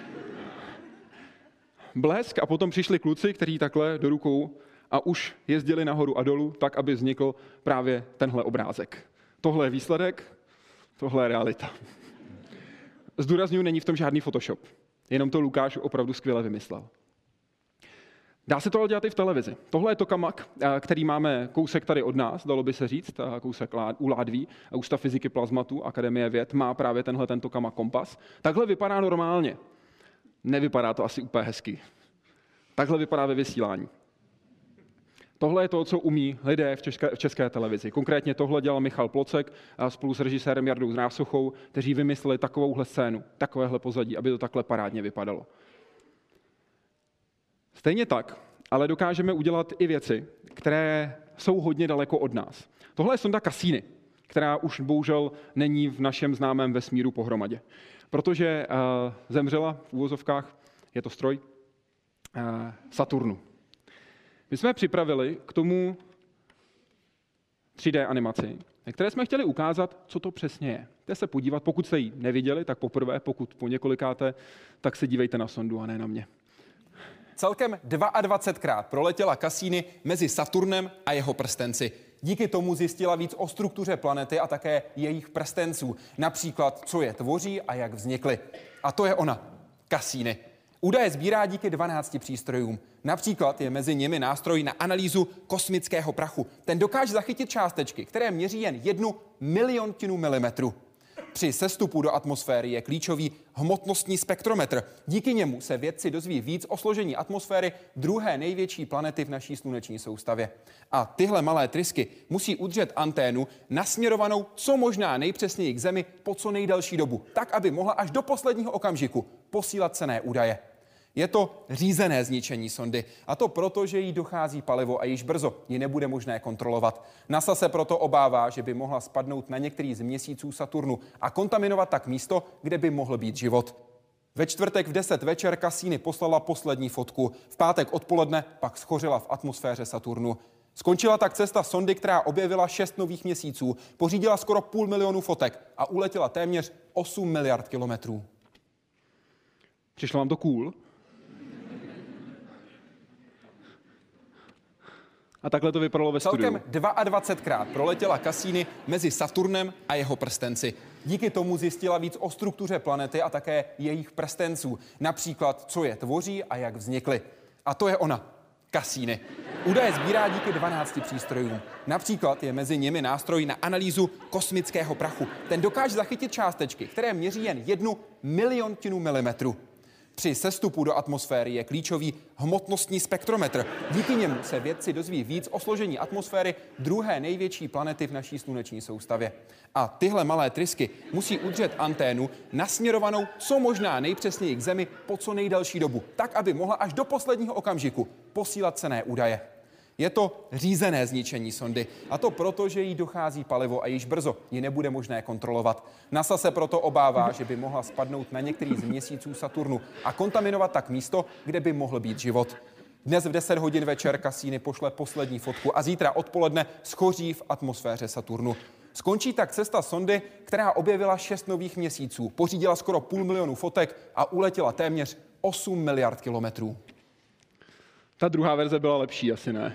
Blesk a potom přišli kluci, kteří takhle do rukou a už jezdili nahoru a dolů, tak, aby vznikl právě tenhle obrázek. Tohle je výsledek, tohle je realita. Zdůrazňuji, není v tom žádný Photoshop. Jenom to Lukáš opravdu skvěle vymyslel. Dá se to ale dělat i v televizi. Tohle je tokamak, který máme kousek tady od nás, dalo by se říct, kousek u Ládví, Ústav fyziky plazmatu, Akademie věd, má právě ten tokamak kompas. Takhle vypadá normálně. Nevypadá to asi úplně hezky. Takhle vypadá ve vysílání. Tohle je to, co umí lidé v české televizi. Konkrétně tohle dělal Michal Plocek spolu s režisérem Jardou Zrásochou, kteří vymysleli takovouhle scénu, takovéhle pozadí, aby to takhle parádně vypadalo. Stejně tak, ale dokážeme udělat i věci, které jsou hodně daleko od nás. Tohle je sonda Cassini, která už bohužel není v našem známém vesmíru pohromadě. Protože zemřela v uvozovkách, je to stroj, Saturnu. My jsme připravili k tomu 3D animaci, které jsme chtěli ukázat, co to přesně je. Chcete se podívat, pokud jste ji neviděli, tak poprvé, pokud po několikáté, tak se dívejte na sondu a ne na mě. Celkem 22krát proletěla Cassini mezi Saturnem a jeho prstenci. Díky tomu zjistila víc o struktuře planety a také jejich prstenců. Například, co je tvoří a jak vznikly. A to je ona, Cassini. Údaje sbírá díky 12 přístrojům. Například je mezi nimi nástroj na analýzu kosmického prachu. Ten dokáže zachytit částečky, které měří jen 1 miliontinu milimetru. Při sestupu do atmosféry je klíčový hmotnostní spektrometr. Díky němu se vědci dozví víc o složení atmosféry druhé největší planety v naší sluneční soustavě. A tyhle malé trysky musí udržet anténu nasměrovanou co možná nejpřesněji k Zemi po co nejdelší dobu, tak, aby mohla až do posledního okamžiku posílat cenné údaje. Je to řízené zničení sondy, a to proto, že jí dochází palivo a již brzo ji nebude možné kontrolovat. NASA se proto obává, že by mohla spadnout na některý z měsíců Saturnu a kontaminovat tak místo, kde by mohl být život. Ve čtvrtek v 10 večer Cassini poslala poslední fotku. V pátek odpoledne pak schořela v atmosféře Saturnu. Skončila tak cesta sondy, která objevila 6 nových měsíců, pořídila skoro 500 000 fotek a uletěla téměř 8 miliard kilometrů. Přišlo vám to cool? A takhle to vypadalo ve studiu. Celkem 22krát proletěla Cassini mezi Saturnem a jeho prstenci. Díky tomu zjistila víc o struktuře planety a také jejich prstenců. Například, co je tvoří a jak vznikly. A to je ona, Cassini. Údaje sbírá díky 12 přístrojům. Například je mezi nimi nástroj na analýzu kosmického prachu. Ten dokáže zachytit částečky, které měří jen 1 miliontinu milimetru. Při sestupu do atmosféry je klíčový hmotnostní spektrometr. Díky němu se vědci dozví víc o složení atmosféry druhé největší planety v naší sluneční soustavě. A tyhle malé trysky musí udržet anténu nasměrovanou co možná nejpřesněji k Zemi po co nejdelší dobu, tak, aby mohla až do posledního okamžiku posílat cenné údaje. Je to řízené zničení sondy, a to proto, že jí dochází palivo a již brzo ji nebude možné kontrolovat. NASA se proto obává, že by mohla spadnout na některý z měsíců Saturnu a kontaminovat tak místo, kde by mohl být život. Dnes v 10 hodin večer Cassini pošle poslední fotku a zítra odpoledne schoří v atmosféře Saturnu. Skončí tak cesta sondy, která objevila 6 nových měsíců, pořídila skoro 500 000 fotek a uletěla téměř 8 miliard kilometrů. Ta druhá verze byla lepší, asi ne.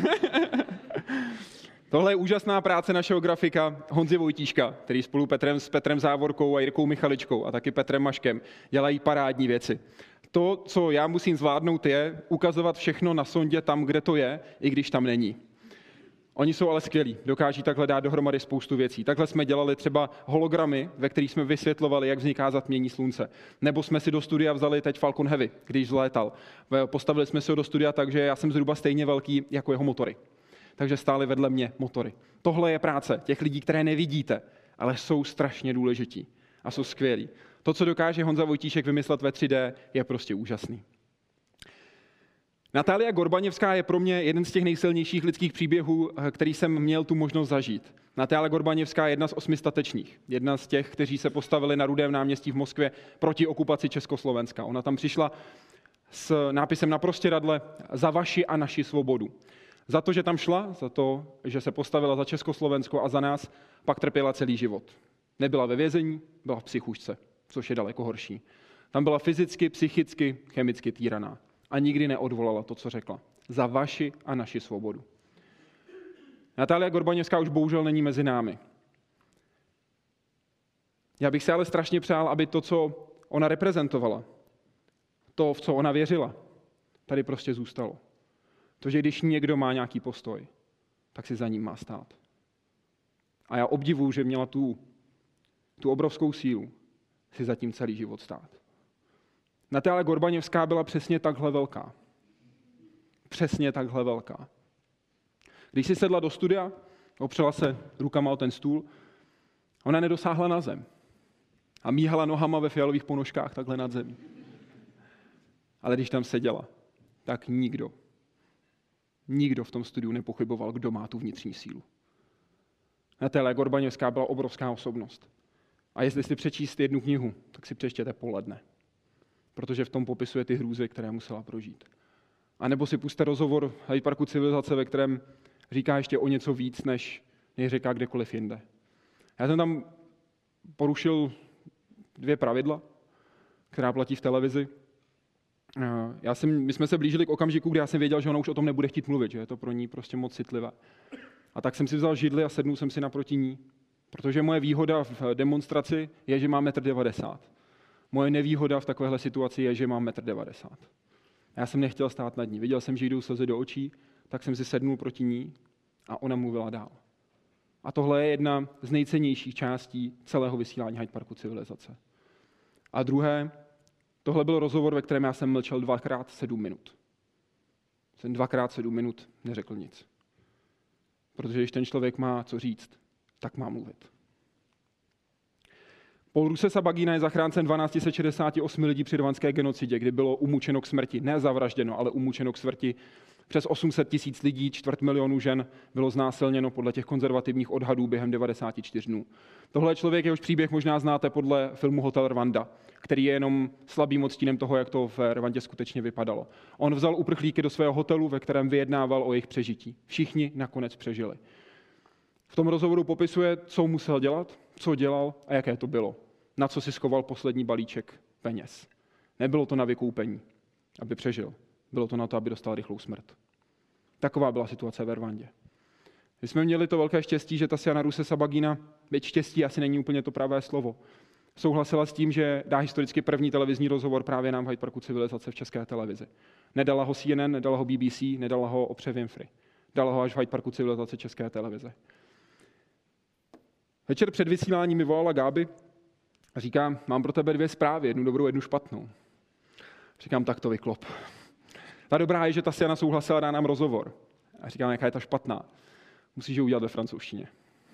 Tohle je úžasná práce našeho grafika Honzy Vojtíška, který spolu s Petrem Závorkou a Jirkou Michaličkou a taky Petrem Maškem dělají parádní věci. To, co já musím zvládnout, je ukazovat všechno na sondě tam, kde to je, i když tam není. Oni jsou ale skvělí, dokáží takhle dát dohromady spoustu věcí. Takhle jsme dělali třeba hologramy, ve kterých jsme vysvětlovali, jak vzniká zatmění slunce. Nebo jsme si do studia vzali teď Falcon Heavy, když vzlétal. Postavili jsme si ho do studia tak, že já jsem zhruba stejně velký jako jeho motory. Takže stály vedle mě motory. Tohle je práce těch lidí, které nevidíte, ale jsou strašně důležití a jsou skvělí. To, co dokáže Honza Vojtíšek vymyslet ve 3D, je prostě úžasný. Natália Gorbaněvská je pro mě jeden z těch nejsilnějších lidských příběhů, který jsem měl tu možnost zažít. Natália Gorbaněvská je jedna z 8 statečných. Jedna z těch, kteří se postavili na Rudém náměstí v Moskvě proti okupaci Československa. Ona tam přišla s nápisem na prostěradle za vaši a naši svobodu. Za to, že tam šla, za to, že se postavila za Československo a za nás, pak trpěla celý život. Nebyla ve vězení, byla v psychušce, což je daleko horší. Tam byla fyzicky, psychicky, chemicky týraná. A nikdy neodvolala to, co řekla. Za vaši a naši svobodu. Natália Gorbaněvská už bohužel není mezi námi. Já bych se ale strašně přál, aby to, co ona reprezentovala, to, v co ona věřila, tady prostě zůstalo. To, že když někdo má nějaký postoj, tak si za ním má stát. A já obdivuju, že měla tu obrovskou sílu si za tím celý život stát. Natália Gorbaněvská byla přesně takhle velká. Přesně takhle velká. Když si sedla do studia, opřela se rukama o ten stůl, ona nedosáhla na zem. A míhala nohama ve fialových ponožkách takhle nad zemí. Ale když tam seděla, tak nikdo v tom studiu nepochyboval, kdo má tu vnitřní sílu. Natália Gorbaněvská byla obrovská osobnost. A jestli si přečíst jednu knihu, tak si přečtěte Poledne. Protože v tom popisuje ty hrůzy, které musela prožít. A nebo si pusťte rozhovor Hyde Parku civilizace, ve kterém říká ještě o něco víc, než říká kdekoliv jinde. Já jsem tam porušil 2 pravidla, která platí v televizi. My jsme se blížili k okamžiku, kdy já jsem věděl, že ona už o tom nebude chtít mluvit, že je to pro ní prostě moc citlivé. A tak jsem si vzal židli a sednul jsem si naproti ní, protože moje výhoda v demonstraci je, že mám 1,90 m. Moje nevýhoda v takovéhle situaci je, že mám 1,90 m. Já jsem nechtěl stát nad ní. Viděl jsem, že jdou slzy do očí, tak jsem si sednul proti ní a ona mluvila dál. A tohle je jedna z nejcennějších částí celého vysílání Hyde Parku civilizace. A druhé, tohle byl rozhovor, ve kterém já jsem mlčel 2x7 minut. Jsem 2x7 minut neřekl nic. Protože když ten člověk má co říct, tak má mluvit. Paul Rusesabagina je zachráncem 1268 lidí při rwandské genocidě, kdy bylo umučeno k smrti. Ne zavražděno, ale umučeno k smrti. Přes 800 000 lidí, 250 000 žen bylo znásilněno podle těch konzervativních odhadů během 94 dnů. Tohle je člověk, jehož příběh možná znáte podle filmu Hotel Rwanda, který je jenom slabým odstínem toho, jak to v Rwandě skutečně vypadalo. On vzal uprchlíky do svého hotelu, ve kterém vyjednával o jejich přežití. Všichni nakonec přežili. V tom rozhovoru popisuje, co musel dělat, co dělal a jaké to bylo. Na co si schoval poslední balíček peněz. Nebylo to na vykoupení, aby přežil. Bylo to na to, aby dostal rychlou smrt. Taková byla situace ve Rwandě. My jsme měli to velké štěstí, že Tatyana Rusesabagina, byť štěstí asi není úplně to pravé slovo, souhlasila s tím, že dá historicky první televizní rozhovor právě nám v Hyde Parku civilizace v České televizi. Nedala ho CNN, nedala ho BBC, nedala ho Oprah Winfrey. Dala ho až v Hyde Parku civilizace České televize. Večer před vysíláním mi volala Gáby a říká, mám pro tebe 2 zprávy, jednu dobrou, jednu špatnou. Říkám, tak to vyklop. Ta dobrá je, že Tasiana souhlasila dát nám rozhovor. A říkám, jaká je ta špatná. Musíš ji udělat ve francouzštině.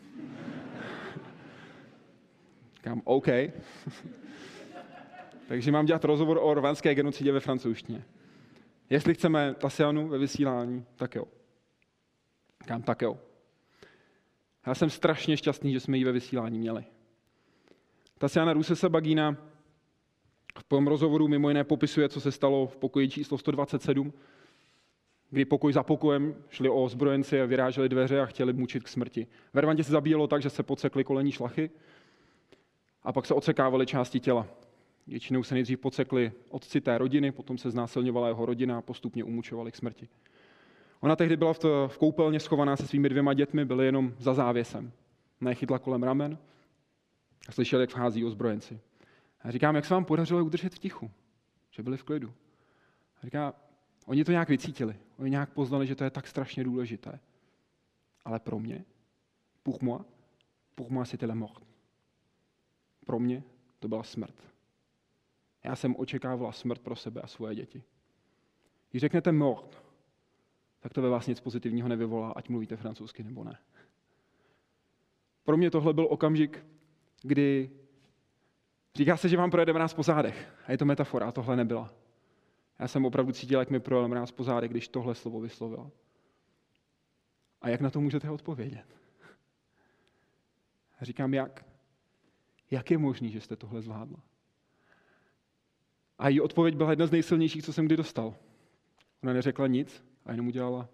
Říkám, OK. Takže mám dělat rozhovor o rwandské genocidě ve francouzštině. Jestli chceme Tasianu ve vysílání, tak jo. Říkám, tak jo. Já jsem strašně šťastný, že jsme ji ve vysílání měli. Tasiana Rusesabagina v tom rozhovoru mimo jiné popisuje, co se stalo v pokoji číslo 127, kdy pokoj za pokojem šli o ozbrojenci a vyráželi dveře a chtěli mučit k smrti. Ve Rwandě se zabíjelo tak, že se podsekly kolenní šlachy a pak se odsekávaly části těla. Většinou se nejdřív podsekli otci té rodiny, potom se znásilňovala jeho rodina a postupně umučovali k smrti. Ona tehdy byla v koupelně schovaná se svými 2 dětmi, byly jenom za závěsem. Ona je chytla kolem ramen a slyšeli, jak vchází ozbrojenci. A říkám, jak se vám podařilo je udržet v tichu, že byli v klidu. A říká, oni to nějak vycítili, oni nějak poznali, že to je tak strašně důležité. Ale pro mě, pour moi c'était la mort. Pro mě to byla smrt. Já jsem očekávala smrt pro sebe a svoje děti. Když řeknete mort, tak to ve vás nic pozitivního nevyvolá, ať mluvíte francouzsky nebo ne. Pro mě tohle byl okamžik, kdy říká se, že vám projede mráz po zádech. A je to metafora, a tohle nebyla. Já jsem opravdu cítil, jak mi projel mráz po zádech, když tohle slovo vyslovila. A jak na to můžete odpovědět? A říkám, jak? Jak je možný, že jste tohle zvládla? A její odpověď byla jedna z nejsilnějších, co jsem kdy dostal. Ona neřekla nic a jenom udělala.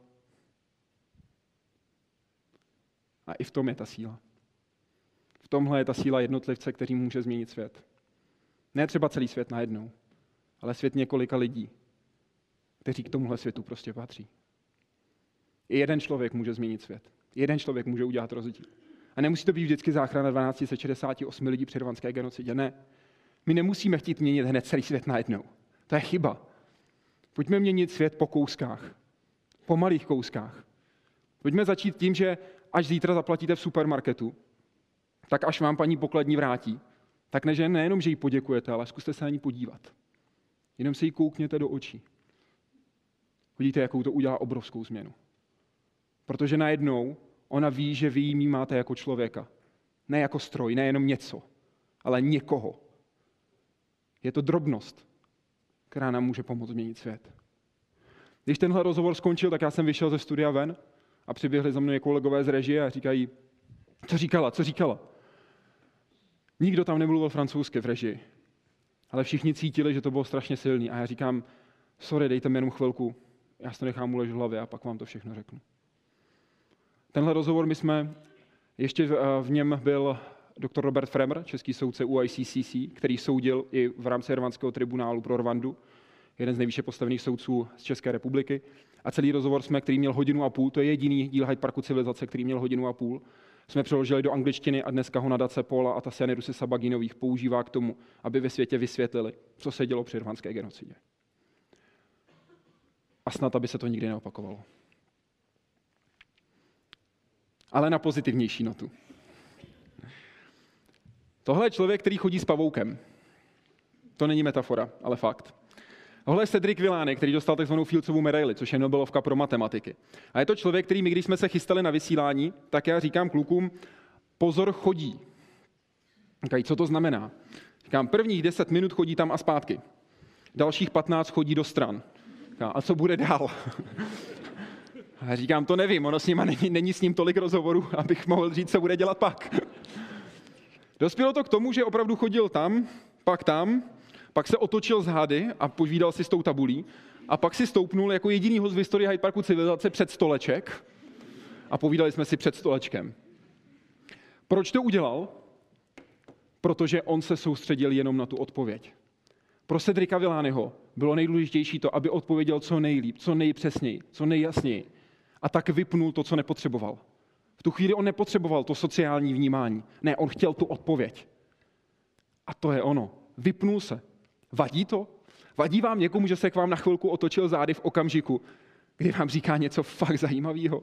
A i v tom je ta síla. V tomhle je ta síla jednotlivce, který může změnit svět. Ne třeba celý svět najednou, ale svět několika lidí, kteří k tomuhle světu prostě patří. I jeden člověk může změnit svět. Jeden člověk může udělat rozdíl. A nemusí to být vždycky záchrana 1268 lidí při rwandské genocidě. Ne. My nemusíme chtít měnit hned celý svět najednou. To je chyba. Pojďme měnit svět po kouskách. Po malých kouskách. Pojďme začít tím, že až zítra zaplatíte v supermarketu, tak až vám paní pokladní vrátí, tak nejenom, že jí poděkujete, ale zkuste se na ní podívat. Jenom se jí koukněte do očí. Vidíte, jakou to udělá obrovskou změnu. Protože najednou ona ví, že vy jí máte jako člověka. Ne jako stroj, ne jenom něco, ale někoho. Je to drobnost, která nám může pomoct změnit svět. Když tenhle rozhovor skončil, tak já jsem vyšel ze studia ven a přiběhli za mnou kolegové z režie a říkají, co říkala? Nikdo tam nemluvil francouzsky v režii, ale všichni cítili, že to bylo strašně silný. A já říkám, sorry, dejte mi jenom chvilku, já si to nechám uležet v hlavě a pak vám to všechno řeknu. Tenhle rozhovor ještě v něm byl doktor Robert Fremer, český soudce UICCC, který soudil i v rámci rwandského tribunálu pro Rwandu, jeden z nejvýše postavených soudců z České republiky. A celý rozhovor který měl 1,5 hodiny, to je jediný díl Hyde Parku civilizace, který měl 1,5 hodiny, jsme přeložili do angličtiny a dneska ho nadace Paula a Tasiany Rusesabaginových používá k tomu, aby ve světě vysvětlili, co se dělo při rwandské genocidě. A snad, aby se to nikdy neopakovalo. Ale na pozitivnější notu. Tohle je člověk, který chodí s pavoukem. To není metafora, ale fakt. Tohle je Cedric Villani, který dostal takzvanou Fieldsovou medaili, což je Nobelovka pro matematiky. A je to člověk, který my, když jsme se chystali na vysílání, tak já říkám klukům, pozor, chodí. Říkají, co to znamená? Říkám, prvních 10 minut chodí tam a zpátky. Dalších 15 chodí do stran. Říkám, a co bude dál? A říkám, to nevím, ono s nima není s ním tolik rozhovorů, abych mohl říct, co bude dělat pak. Dospělo to k tomu, že opravdu chodil tam, pak se otočil zády a povídal si s tou tabulí a pak si stoupnul jako jedinýho z historie Hyde Parku civilizace před stoleček a povídali jsme si před stolečkem. Proč to udělal? Protože on se soustředil jenom na tu odpověď. Pro Cedrica Villaniho bylo nejdůležitější to, aby odpověděl co nejlíp, co nejpřesněji, co nejjasněji a tak vypnul to, co nepotřeboval. V tu chvíli on nepotřeboval to sociální vnímání. Ne, on chtěl tu odpověď. A to je ono. Vypnul se. Vadí to? Vadí vám někomu, že se k vám na chvilku otočil zády v okamžiku, kdy vám říká něco fakt zajímavého?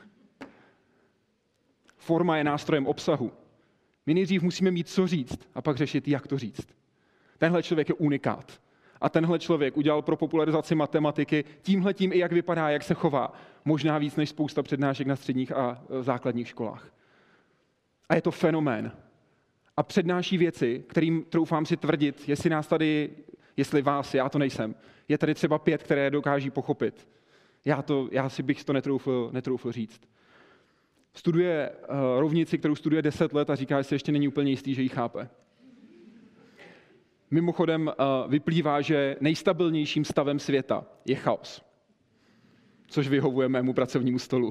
Forma je nástrojem obsahu. My nejdřív musíme mít co říct a pak řešit, jak to říct. Tenhle člověk je unikát. A tenhle člověk udělal pro popularizaci matematiky tímhletím i jak vypadá, jak se chová. Možná víc než spousta přednášek na středních a základních školách. A je to fenomén. A přednáší věci, kterým troufám si tvrdit, jestli vás, já to nejsem, je tady třeba 5, které dokáží pochopit. Já si bych to netroufl říct. Studuje rovnici, kterou studuje 10 let a říká, že se ještě není úplně jistý, že ji chápe. Mimochodem vyplývá, že nejstabilnějším stavem světa je chaos. Což vyhovuje mému pracovnímu stolu.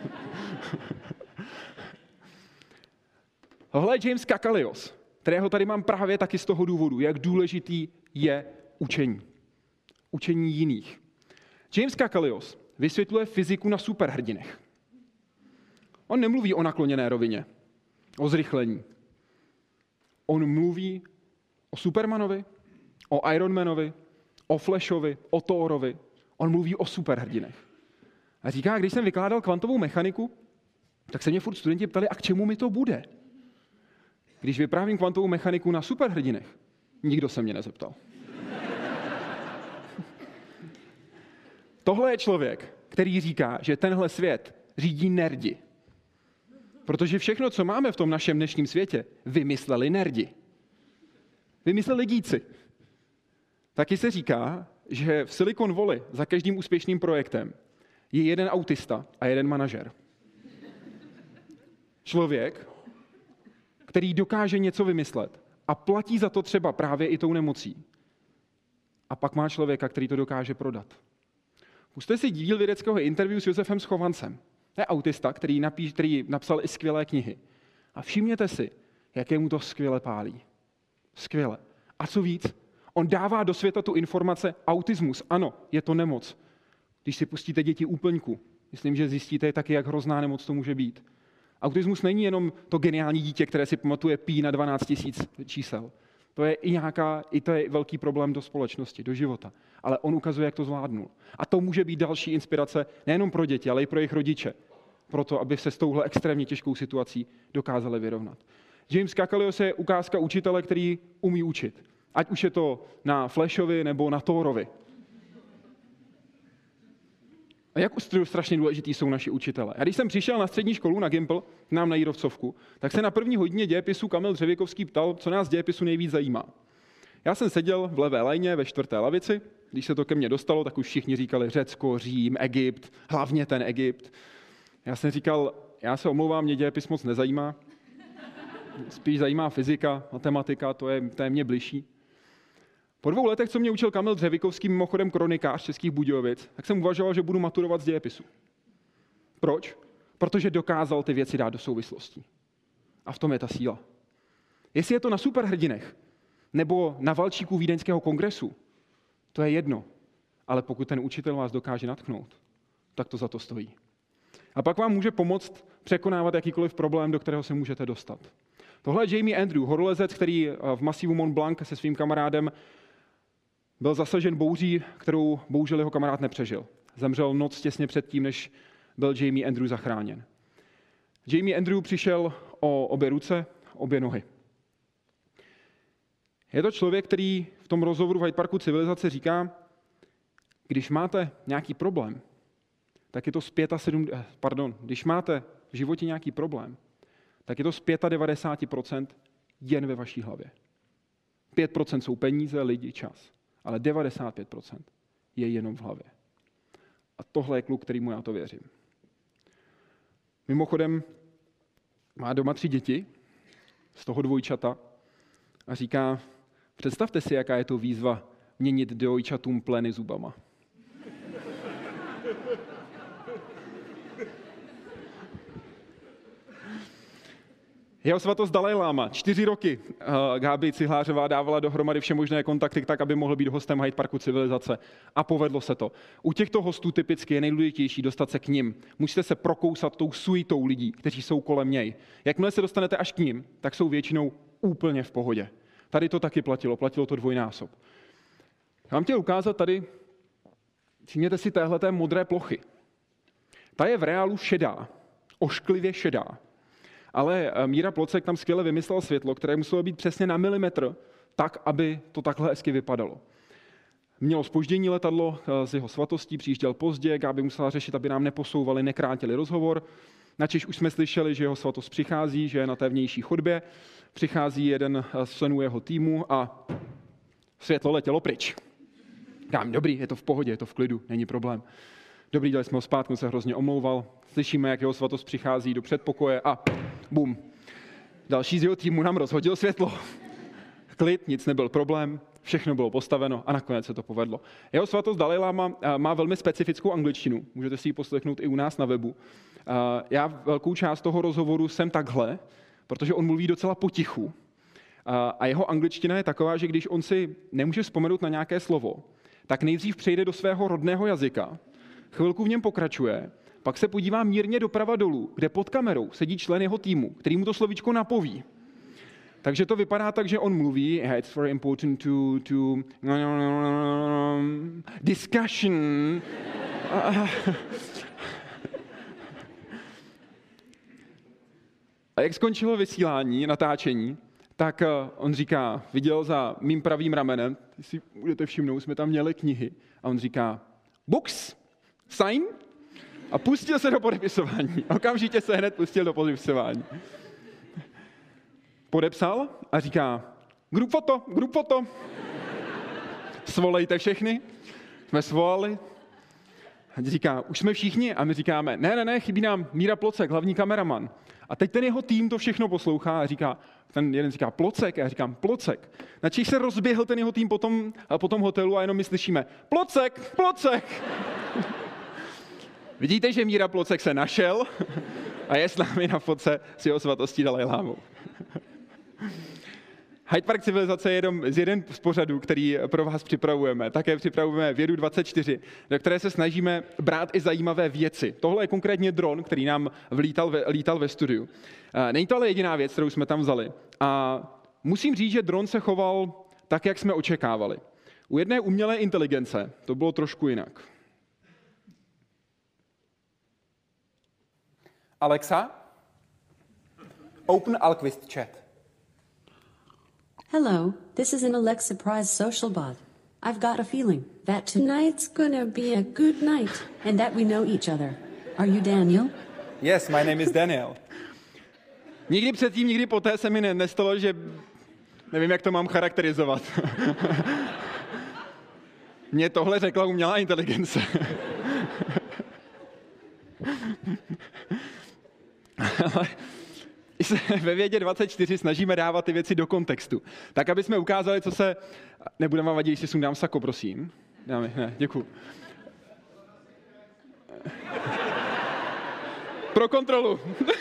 Tohle je James Kakalios, kterého tady mám právě taky z toho důvodu, jak důležitý je učení. Učení jiných. James Kakalios vysvětluje fyziku na superhrdinech. On nemluví o nakloněné rovině, o zrychlení. On mluví o Supermanovi, o Ironmanovi, o Flashovi, o Thorovi. On mluví o superhrdinech. A říká, když jsem vykládal kvantovou mechaniku, tak se mě furt studenti ptali, a k čemu mi to bude? Když vyprávím kvantovou mechaniku na superhrdinech, nikdo se mě nezeptal. Tohle je člověk, který říká, že tenhle svět řídí nerdi. Protože všechno, co máme v tom našem dnešním světě, vymysleli nerdi. Vymysleli díci. Taky se říká, že v Silicon Valley za každým úspěšným projektem je jeden autista a jeden manažer. Člověk, který dokáže něco vymyslet a platí za to třeba právě i tou nemocí. A pak má člověka, který to dokáže prodat. Puste si díl vědeckého interview s Josefem Schovancem. To je autista, který napsal i skvělé knihy. A všimněte si, jaké mu to skvěle pálí. Skvěle. A co víc, on dává do světa tu informace autismus. Ano, je to nemoc. Když si pustíte děti úplňku, myslím, že zjistíte taky, jak hrozná nemoc to může být. Autismus není jenom to geniální dítě, které si pamatuje pí na 12 000 čísel. To je to je velký problém do společnosti, do života. Ale on ukazuje, jak to zvládnul. A to může být další inspirace nejenom pro děti, ale i pro jejich rodiče. Proto, aby se s touhle extrémně těžkou situací dokázali vyrovnat. James Kakalios je ukázka učitele, který umí učit. Ať už je to na Flashovi nebo na Thorovi. A jak strašně důležitý jsou naši učitelé. A když jsem přišel na střední školu, na Gimpl, k nám na Jírovcovku, tak se na první hodině dějepisu Kamil Dřevěkovský ptal, co nás dějepisu nejvíc zajímá. Já jsem seděl v levé lajně ve 4. lavici, když se to ke mně dostalo, tak už všichni říkali Řecko, Řím, Egypt, hlavně ten Egypt. Já jsem říkal, já se omlouvám, mě dějepis moc nezajímá. Spíš zajímá fyzika, matematika, to je mě bližší. Po 2 letech, co mě učil Kamil Dřevěkovský, mimochodem kronikář Českých Budějovic, tak jsem uvažoval, že budu maturovat z dějepisu. Proč? Protože dokázal ty věci dát do souvislostí. A v tom je ta síla. Jestli je to na superhrdinech, nebo na valčíku Vídeňského kongresu, to je jedno. Ale pokud ten učitel vás dokáže nadchnout, tak to za to stojí. A pak vám může pomoct překonávat jakýkoliv problém, do kterého se můžete dostat. Tohle je Jamie Andrew, horolezec, který v masivu Mont Blanc se svým kamarádem byl zasažen bouří, kterou bohužel jeho kamarád nepřežil. Zemřel noc těsně předtím, než byl Jamie Andrew zachráněn. Jamie Andrew přišel o obě ruce, obě nohy. Je to člověk, který v tom rozhovoru v Hyde Parku civilizace říká, když máte nějaký problém, tak je to když máte v životě nějaký problém, tak je to z 95% jen ve vaší hlavě. 5% jsou peníze, lidi, čas. Ale 95% je jenom v hlavě. A tohle je kluk, kterýmu já to věřím. Mimochodem, má doma 3 děti, z toho dvojčata, a říká, představte si, jaká je to výzva měnit dvojčatům pleny zubama. Jeho svatost Dalajláma. 4 roky Gábi Cihlářová dávala dohromady všemožné kontakty tak, aby mohl být hostem Hyde Parku civilizace. A povedlo se to. U těchto hostů typicky je nejdůležitější dostat se k nim. Musíte se prokousat tou suitou lidí, kteří jsou kolem něj. Jakmile se dostanete až k nim, tak jsou většinou úplně v pohodě. Tady to taky platilo to dvojnásob. Já vám chtěl ukázat tady, všimněte si téhleté modré plochy. Ta je v reálu šedá, ošklivě šedá. Ale Míra Plocek tam skvěle vymyslel světlo, které muselo být přesně na milimetr, tak, aby to takhle hezky vypadalo. Mělo zpoždění letadlo z jeho svatostí, přijížděl pozdě, Gáby musela řešit, aby nám neposouvali, nekrátili rozhovor. Načež už jsme slyšeli, že jeho svatost přichází, že je na té vnější chodbě. Přichází jeden z členů jeho týmu a světlo letělo pryč. Říkám, dobrý, je to v pohodě, je to v klidu, není problém. Dobrý, dali jsme ho zpátky, on se hrozně omlouval. Slyšíme, jak jeho svatost přichází do předpokoje a bum. Další z jeho týmu nám rozhodil světlo. Klid, nic nebyl problém, všechno bylo postaveno a nakonec se to povedlo. Jeho svatost Dalaj Lama má velmi specifickou angličtinu, můžete si ji poslechnout i u nás na webu. Já velkou část toho rozhovoru jsem takhle, protože on mluví docela potichu. A jeho angličtina je taková, že když on si nemůže vzpomenout na nějaké slovo, tak nejdřív přejde do svého rodného jazyka, chvilku v něm pokračuje, pak se podívá mírně doprava dolů, kde pod kamerou sedí člen jeho týmu, který mu to slovíčko napoví. Takže to vypadá tak, že on mluví, it's very important to discussion. A jak skončilo vysílání, natáčení, tak on říká, viděl za mým pravým ramenem, si budete všimnout, jsme tam měli knihy, a on říká, books, sign, a pustil se do podepisování. Okamžitě se hned pustil do podepisování. Podepsal a říká, group foto. Svolejte všechny. Jsme svolali. A říká, už jsme všichni? A my říkáme, ne, chybí nám Míra Plocek, hlavní kameraman. A teď ten jeho tým to všechno poslouchá a říká, ten jeden říká Plocek, a já říkám Plocek. Načež se rozběhl ten jeho tým po tom hotelu a jenom my slyšíme Plocek. Vidíte, že Míra Plocek se našel a je s námi na fotce s jeho svatostí Dalaj Lámou. Hyde Park civilizace je jeden z pořadů, který pro vás připravujeme. Také připravujeme Vědu 24, do které se snažíme brát i zajímavé věci. Tohle je konkrétně dron, který nám lítal ve studiu. Není to ale jediná věc, kterou jsme tam vzali. A musím říct, že dron se choval tak, jak jsme očekávali. U jedné umělé inteligence to bylo trošku jinak. Alexa, open Alquist chat. Hello, this is an Alexa Prize social bot. I've got a feeling that tonight's gonna be a good night and that we know each other. Are you Daniel? Yes, my name is Daniel. Nikdy předtím, nikdy poté se mi nestalo, že nevím, jak to mám charakterizovat. Mně tohle řekla umělá inteligence. Ale se ve Vědě 24 snažíme dávat ty věci do kontextu. Tak, aby jsme ukázali, co se... Nebude vám vadit, když si sundám sako, prosím. Ne, děkuju. Pro kontrolu.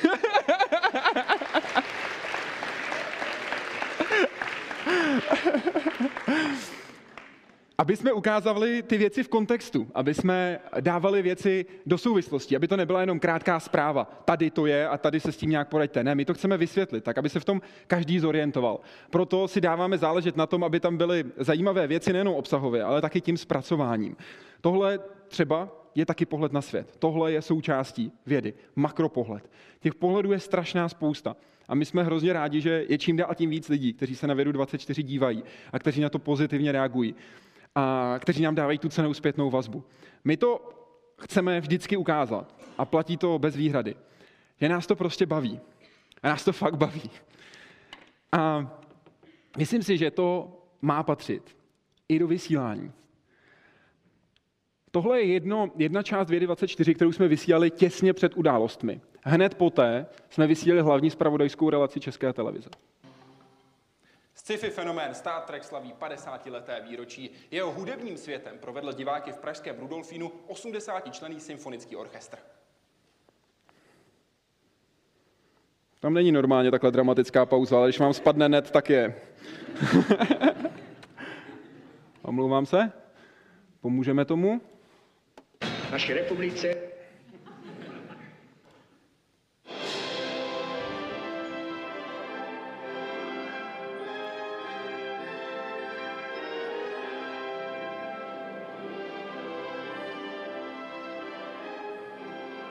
Aby jsme ukázali ty věci v kontextu, aby jsme dávali věci do souvislosti, aby to nebyla jenom krátká zpráva. Tady to je a tady se s tím nějak poraďte. Ne, my to chceme vysvětlit, tak aby se v tom každý zorientoval. Proto si dáváme záležet na tom, aby tam byly zajímavé věci nejenom obsahově, ale taky tím zpracováním. Tohle třeba je taky pohled na svět. Tohle je součástí vědy, makropohled. Těch pohledů je strašná spousta. A my jsme hrozně rádi, že je čím dál tím víc lidí, kteří se na Vědu 24 dívají a kteří na to pozitivně reagují. A kteří nám dávají tu cennou zpětnou vazbu. My to chceme vždycky ukázat a platí to bez výhrady, že nás to prostě baví. A nás to fakt baví. A myslím si, že to má patřit i do vysílání. Tohle je jedna část Vědy 24, kterou jsme vysílali těsně před událostmi. Hned poté jsme vysílali hlavní zpravodajskou relaci České televize. Sci-fi fenomén Star Trek slaví 50leté výročí. Jeho hudebním světem provedl diváky v pražském Rudolfínu 80členný symfonický orchestr. Tam není normálně takhle dramatická pauza, ale když vám spadne net, tak je. Omlouvám se. Pomůžeme tomu. Naší republice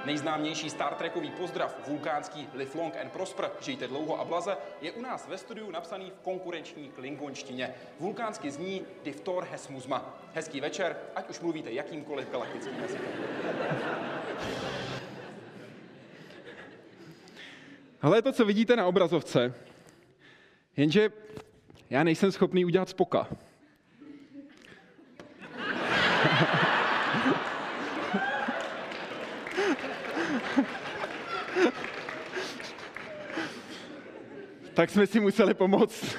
Nejznámější Star Trekový pozdrav, vulkánský Live long and prosper, žijte dlouho a blaze, je u nás ve studiu napsaný v konkurenční klingonštině. Vulkánsky zní Diftor hes muzma. Hezký večer, ať už mluvíte jakýmkoliv galaktickým jazykem. Ale to, co vidíte na obrazovce, jenže já nejsem schopný udělat Spocka. Tak jsme si museli pomoct.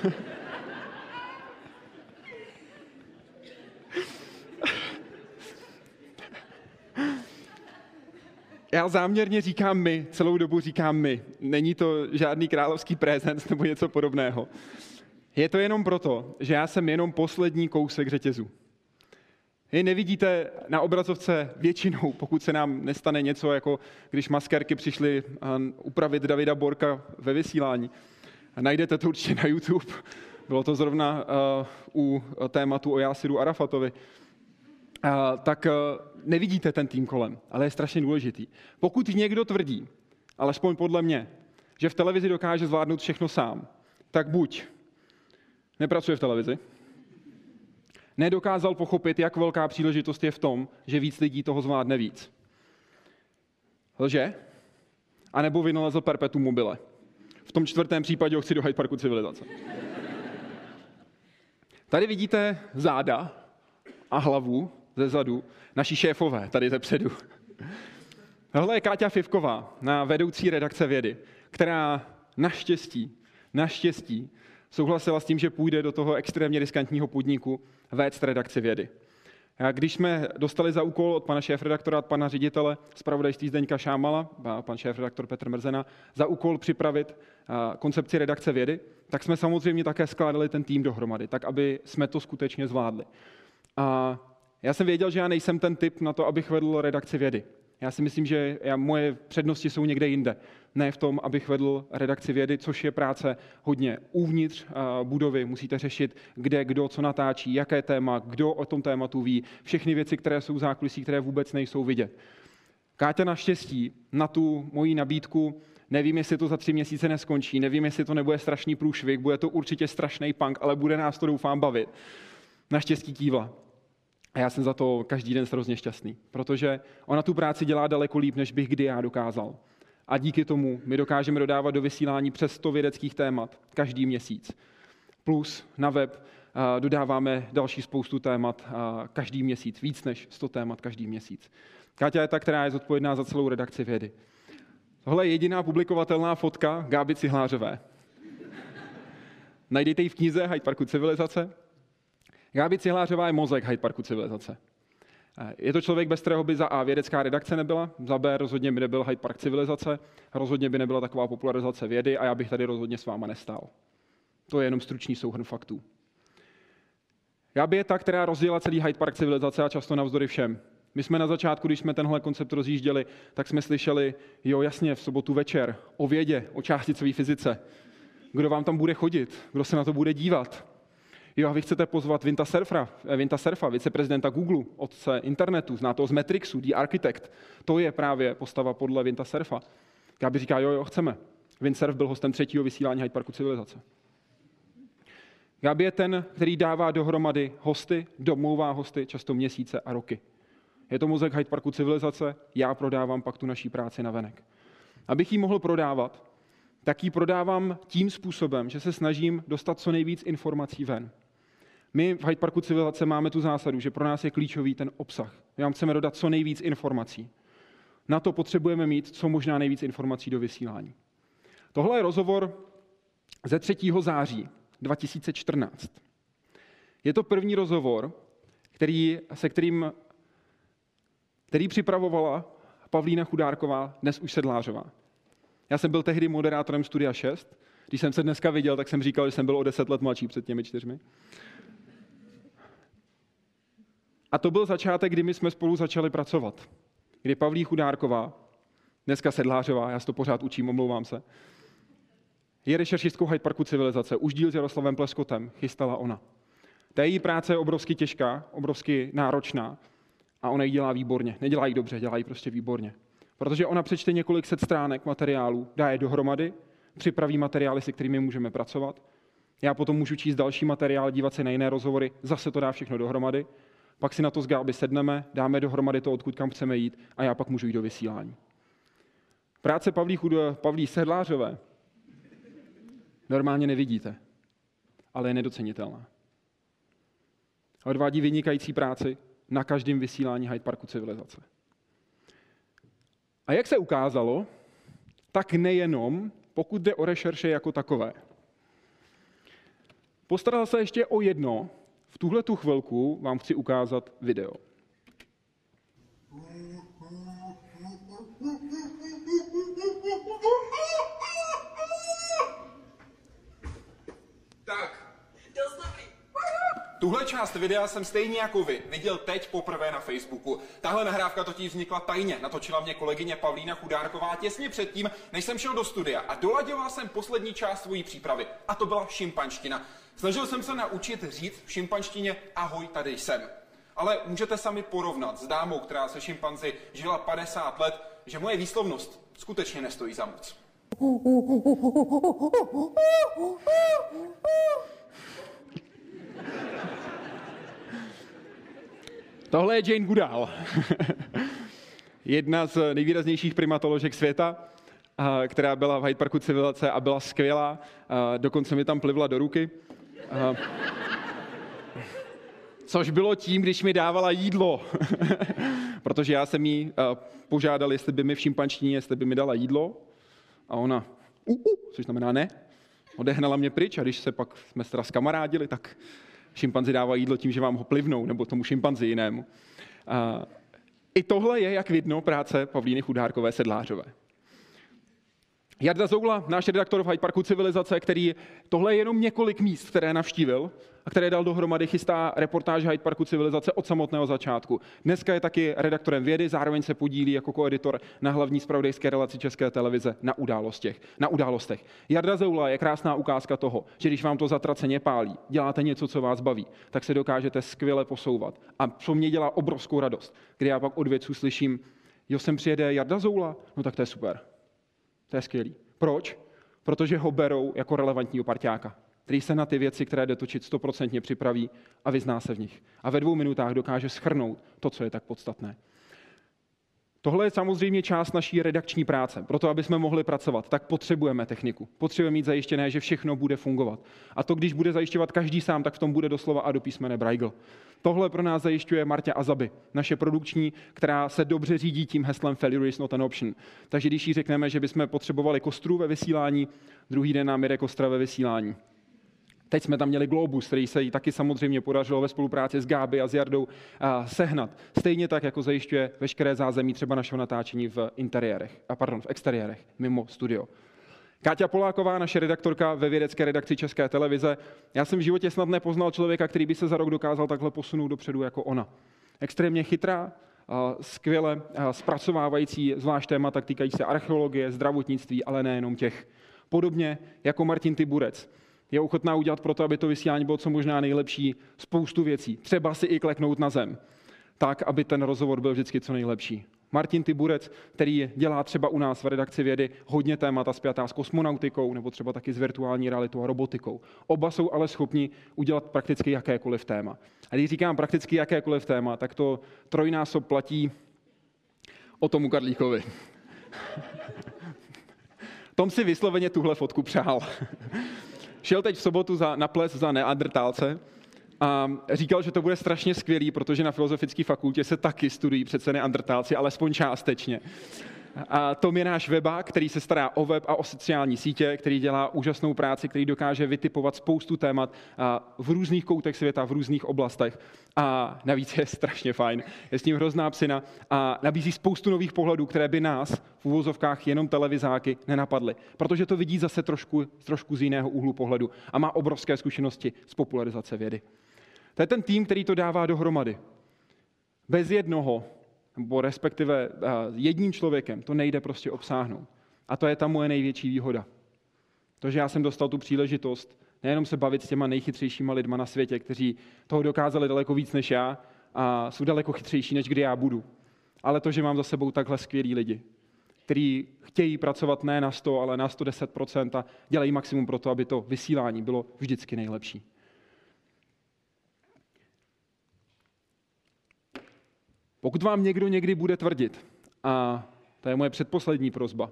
Já záměrně říkám my, celou dobu říkám my. Není to žádný královský prezent nebo něco podobného. Je to jenom proto, že já jsem jenom poslední kousek řetězu. Vy nevidíte na obrazovce většinou, pokud se nám nestane něco, jako když maskerky přišly upravit Davida Borka ve vysílání. Najdete to určitě na YouTube. Bylo to zrovna u tématu o Jásiru Arafatovi. Tak nevidíte ten tým kolem, ale je strašně důležitý. Pokud někdo tvrdí, alespoň podle mě, že v televizi dokáže zvládnout všechno sám, tak buď nepracuje v televizi, nedokázal pochopit, jak velká příležitost je v tom, že víc lidí toho zvládne víc. Lže? A nebo vynalezl perpetuum mobile. V tom čtvrtém případě ho chci do Hyde Parku civilizace. Tady vidíte záda a hlavu ze zadu naší šéfové, tady ze předu. Tohle je Káťa Fivková, vedoucí redakce Vědy, která naštěstí souhlasila s tím, že půjde do toho extrémně riskantního podniku vést redakci Vědy. A když jsme dostali za úkol od pana šéfredaktora, od pana ředitele zpravodajství Zdeňka Šámala, a pan šéfredaktor Petr Mrzena, za úkol připravit koncepci redakce Vědy, tak jsme samozřejmě také skládali ten tým dohromady, tak aby jsme to skutečně zvládli. A já jsem věděl, že já nejsem ten typ na to, abych vedl redakci Vědy. Já si myslím, že moje přednosti jsou někde jinde. Ne v tom, abych vedl redakci Vědy, což je práce hodně uvnitř budovy. Musíte řešit, kde, kdo, co natáčí, jaké téma, kdo o tom tématu ví. Všechny věci, které jsou v zákulisí, které vůbec nejsou vidět. Káťa naštěstí na tu moji nabídku, nevím, jestli to za 3 měsíce neskončí, nevím, jestli to nebude strašný průšvih, bude to určitě strašný punk, ale bude nás to, doufám, bavit. Naštěstí kývla. A já jsem za to každý den hrozně šťastný, protože ona tu práci dělá daleko líp, než bych kdy já dokázal. A díky tomu my dokážeme dodávat do vysílání přes 100 vědeckých témat každý měsíc. Plus na web dodáváme další spoustu témat každý měsíc, víc než 100 témat každý měsíc. Káťa je ta, která je zodpovědná za celou redakci Vědy. Tohle je jediná publikovatelná fotka Gáby Cihlářové. Najdete ji v knize Hyde Parku civilizace. Gáby Cihlářová je mozek Hyde Parku civilizace. Je to člověk, bez kterého by za A vědecká redakce nebyla, za B rozhodně by nebyl Hyde Park civilizace, rozhodně by nebyla taková popularizace vědy a já bych tady rozhodně s váma nestál. To je jenom stručný souhrn faktů. Gáby je ta, která rozjela celý Hyde Park civilizace a často navzdory všem. My jsme na začátku, když jsme tenhle koncept rozjížděli, tak jsme slyšeli, jo jasně, v sobotu večer, o vědě, o částicové fyzice. Kdo vám tam bude chodit? Kdo se na to bude dívat? Jo, a vy chcete pozvat Vinta Cerfa, viceprezidenta Google, otce internetu, znáte ho z Matrixu, The Architect. To je právě postava podle Vinta Cerfa. Gáby říká, jo, chceme. Vint Cerf byl hostem 3. vysílání Hyde Parku civilizace. Gáby je ten, který dává dohromady hosty, domlouvá hosty, často měsíce a roky. Je to mozek Hyde Parku civilizace, já prodávám pak tu naší práci navenek. Abych ji mohl prodávat, tak ji prodávám tím způsobem, že se snažím dostat co nejvíc informací ven. My v Hyde Parku civilizace máme tu zásadu, že pro nás je klíčový ten obsah. My vám chceme dodat co nejvíc informací. Na to potřebujeme mít co možná nejvíc informací do vysílání. Tohle je rozhovor ze 3. září 2014. Je to první rozhovor, který připravovala Pavlína Chudárková, dnes už Sedlářová. Já jsem byl tehdy moderátorem Studia 6. Když jsem se dneska viděl, tak jsem říkal, že jsem byl o 10 let mladší před těmi 4. A to byl začátek, kdy my jsme spolu začali pracovat. Kdy Pavlí Chudárková, dneska Sedlářová, já se to pořád učím, omlouvám se, je rešeršistkou Hyde Parku civilizace. Už díl s Jaroslavem Pleskotem chystala ona. Ta její práce je obrovsky těžká, obrovsky náročná a ona ji dělá výborně. Nedělá ji dobře, dělá ji prostě výborně. Protože ona přečte několik set stránek materiálů, dá je dohromady, připraví materiály, se kterými můžeme pracovat. Já potom můžu číst další materiál, dívat se na jiné rozhovory, zase to dá všechno dohromady. Pak si na to s Gáby sedneme, dáme dohromady to, odkud kam chceme jít a já pak můžu jít do vysílání. Práce Pavlí Sedlářové normálně nevidíte, ale je nedocenitelná. Odvádí vynikající práci na každém vysílání Hyde Parku civilizace. A jak se ukázalo, tak nejenom, pokud jde o rešerše jako takové. Postaral se ještě o jedno. V tuhletu chvilku vám chci ukázat video. Tak. Tuhle část videa jsem stejně jako vy viděl teď poprvé na Facebooku. Tahle nahrávka totiž vznikla tajně. Natočila mě kolegyně Pavlína Chudárková těsně předtím, než jsem šel do studia a dolaďoval jsem poslední část svojí přípravy. A to byla šimpanština. Snažil jsem se naučit říct v šimpanštině ahoj, tady jsem. Ale můžete sami porovnat s dámou, která se šimpanzi žila 50 let, že moje výslovnost skutečně nestojí za moc. Tohle je Jane Goodall, jedna z nejvýraznějších primatoložek světa, která byla v Hyde Parku civilizace a byla skvělá, dokonce mi tam plivla do ruky. Což bylo tím, když mi dávala jídlo, protože já jsem jí požádal, jestli by mi v šimpanštině, jestli by mi dala jídlo a ona, což znamená ne, odehnala mě pryč a když se pak jsme teda zkamarádili, tak šimpanzi dávají jídlo tím, že vám ho plivnou, nebo tomu šimpanzi jinému. I tohle je, jak vidno, práce Pavlíny Chudárkové Sedlářové. Jarda Zoula, náš redaktor v Hyde Parku civilizace, který tohle je jenom několik míst, které navštívil a které dal dohromady, chystá reportáž Hyde Parku civilizace od samotného začátku. Dneska je taky redaktorem Vědy, zároveň se podílí jako koeditor na hlavní zpravodajské relaci České televize na událostech. Jarda Zoula je krásná ukázka toho, že když vám to zatraceně pálí, děláte něco, co vás baví, tak se dokážete skvěle posouvat. A co mě dělá obrovskou radost, kdy já pak od vědců slyším, jo, sem přijede Jarda Zoula, no tak to je super. To je skvělý. Proč? Protože ho berou jako relevantního parťáka, který se na ty věci, které jde točit, 100% připraví a vyzná se v nich. A ve 2 minutách dokáže shrnout to, co je tak podstatné. Tohle je samozřejmě část naší redakční práce. Proto, aby jsme mohli pracovat, tak potřebujeme techniku. Potřebujeme mít zajištěné, že všechno bude fungovat. A to, když bude zajišťovat každý sám, tak v tom bude doslova a do písmene Braille. Tohle pro nás zajišťuje Marta Azaby, naše produkční, která se dobře řídí tím heslem Failure is not an option. Takže když jí řekneme, že bychom potřebovali kostru ve vysílání, druhý den nám jede kostra ve vysílání. Teď jsme tam měli Globus, který se jí taky samozřejmě podařilo ve spolupráci s Gáby a s Jardou sehnat. Stejně tak, jako zajišťuje veškeré zázemí třeba našeho natáčení v exteriérech, mimo studio. Káťa Poláková, naše redaktorka ve vědecké redakci České televize. Já jsem v životě snad nepoznal člověka, který by se za rok dokázal takhle posunout dopředu jako ona. Extrémně chytrá, skvěle zpracovávající zvlášť témata týkající se archeologie, zdravotnictví, ale nejenom těch. Podobně jako Martin Tiburec. Je ochotná udělat proto, aby to vysílání bylo co možná nejlepší, spoustu věcí. Třeba si i kleknout na zem, tak, aby ten rozhovor byl vždycky co nejlepší. Martin Tiburec, který dělá třeba u nás v redakci Vědy hodně témata spjatá s kosmonautikou nebo třeba taky s virtuální realitou a robotikou. Oba jsou ale schopni udělat prakticky jakékoliv téma. A když říkám prakticky jakékoliv téma, tak to trojnásob platí o Tomu Karlíkovi. Tom si vysloveně tuhle fotku přál. Šel teď v sobotu na ples za neandrtálce a říkal, že to bude strašně skvělý, protože na Filozofické fakultě se taky studují přece neandrtálci, alespoň částečně. A Tom je náš webák, který se stará o web a o sociální sítě, který dělá úžasnou práci, který dokáže vytipovat spoustu témat v různých koutech světa, v různých oblastech. A navíc je strašně fajn. Je s ním hrozná psina a nabízí spoustu nových pohledů, které by nás v uvozovkách jenom televizáky nenapadly. Protože to vidí zase trošku z jiného úhlu pohledu a má obrovské zkušenosti z popularizace vědy. To je ten tým, který to dává dohromady. Bez jednoho, nebo respektive jedním člověkem, to nejde prostě obsáhnout. A to je ta moje největší výhoda. To, že já jsem dostal tu příležitost nejenom se bavit s těma nejchytřejšíma lidma na světě, kteří toho dokázali daleko víc než já a jsou daleko chytřejší, než kdy já budu. Ale to, že mám za sebou takhle skvělý lidi. který chtějí pracovat ne na 100, ale na 110% a dělají maximum pro to, aby to vysílání bylo vždycky nejlepší. Pokud vám někdo někdy bude tvrdit, a to je moje předposlední prosba,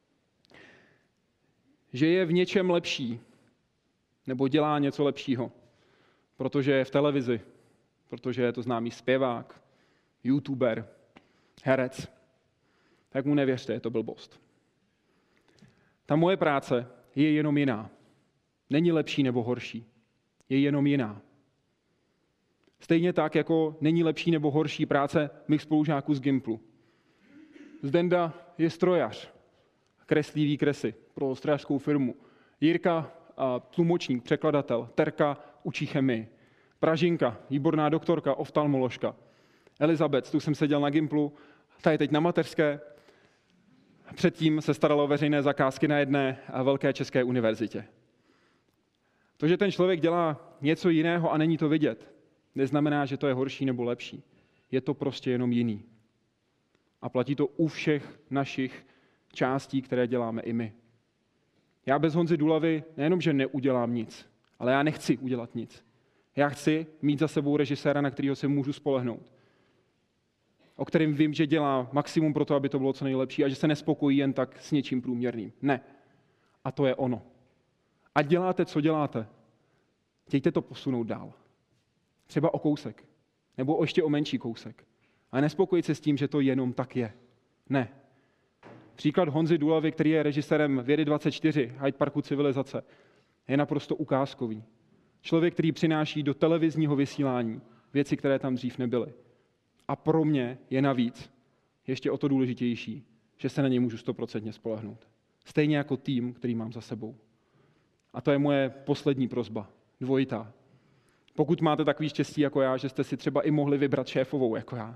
že je v něčem lepší, nebo dělá něco lepšího, protože je v televizi, protože je to známý zpěvák, youtuber, herec, tak mu nevěřte, je to blbost. Ta moje práce je jenom jiná. Není lepší nebo horší. Je jenom jiná. Stejně tak, jako není lepší nebo horší práce mých spolužáků z Gimplu. Zdenda je strojař, kreslí výkresy pro strojařskou firmu. Jirka, tlumočník, překladatel. Terka učí chemii. Pražinka, výborná doktorka, oftalmoložka. Elizabeth, tu jsem seděl na Gimplu, ta je teď na mateřské. Předtím se starala o veřejné zakázky na jedné velké české univerzitě. To, že ten člověk dělá něco jiného a není to vidět, neznamená, že to je horší nebo lepší. Je to prostě jenom jiný. A platí to u všech našich částí, které děláme i my. Já bez Honzy Dulavy nejenom, že neudělám nic, ale já nechci udělat nic. Já chci mít za sebou režiséra, na kterého se můžu spolehnout. O kterém vím, že dělá maximum pro to, aby to bylo co nejlepší a že se nespokojí jen tak s něčím průměrným. Ne. A to je ono. A děláte, co děláte. Chtějte to posunout dál. Třeba o kousek. Nebo ještě o menší kousek. A nespokojit se s tím, že to jenom tak je. Ne. Příklad Honzy Dulavy, který je režisérem Vědy 24, Hyde Parku civilizace, je naprosto ukázkový. Člověk, který přináší do televizního vysílání věci, které tam dřív nebyly. A pro mě je navíc ještě o to důležitější, že se na něj můžu 100% spolehnout. Stejně jako tým, který mám za sebou. A to je moje poslední prosba, dvojitá. Pokud máte takový štěstí jako já, že jste si třeba i mohli vybrat šéfovou jako já.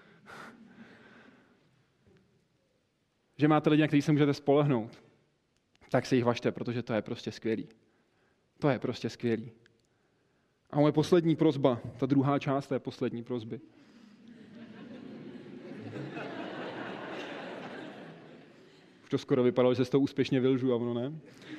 Že máte lidi, na kterých se můžete spolehnout, tak se jich važte, protože to je prostě skvělý. To je prostě skvělý. A moje poslední prosba, ta druhá část té poslední prosby. Už to skoro vypadalo, že se to úspěšně vylžu, a ono ne.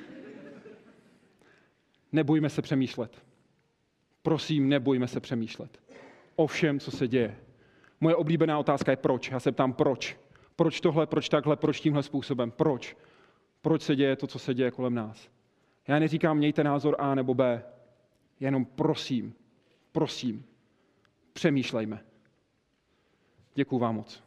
Nebojme se přemýšlet. Prosím, nebojme se přemýšlet. O všem, co se děje. Moje oblíbená otázka je proč. Já se ptám proč. Proč tohle, proč takhle, proč tímhle způsobem? Proč? Proč se děje to, co se děje kolem nás? Já neříkám, mějte názor A nebo B. Jenom prosím, přemýšlejme. Děkuju vám moc.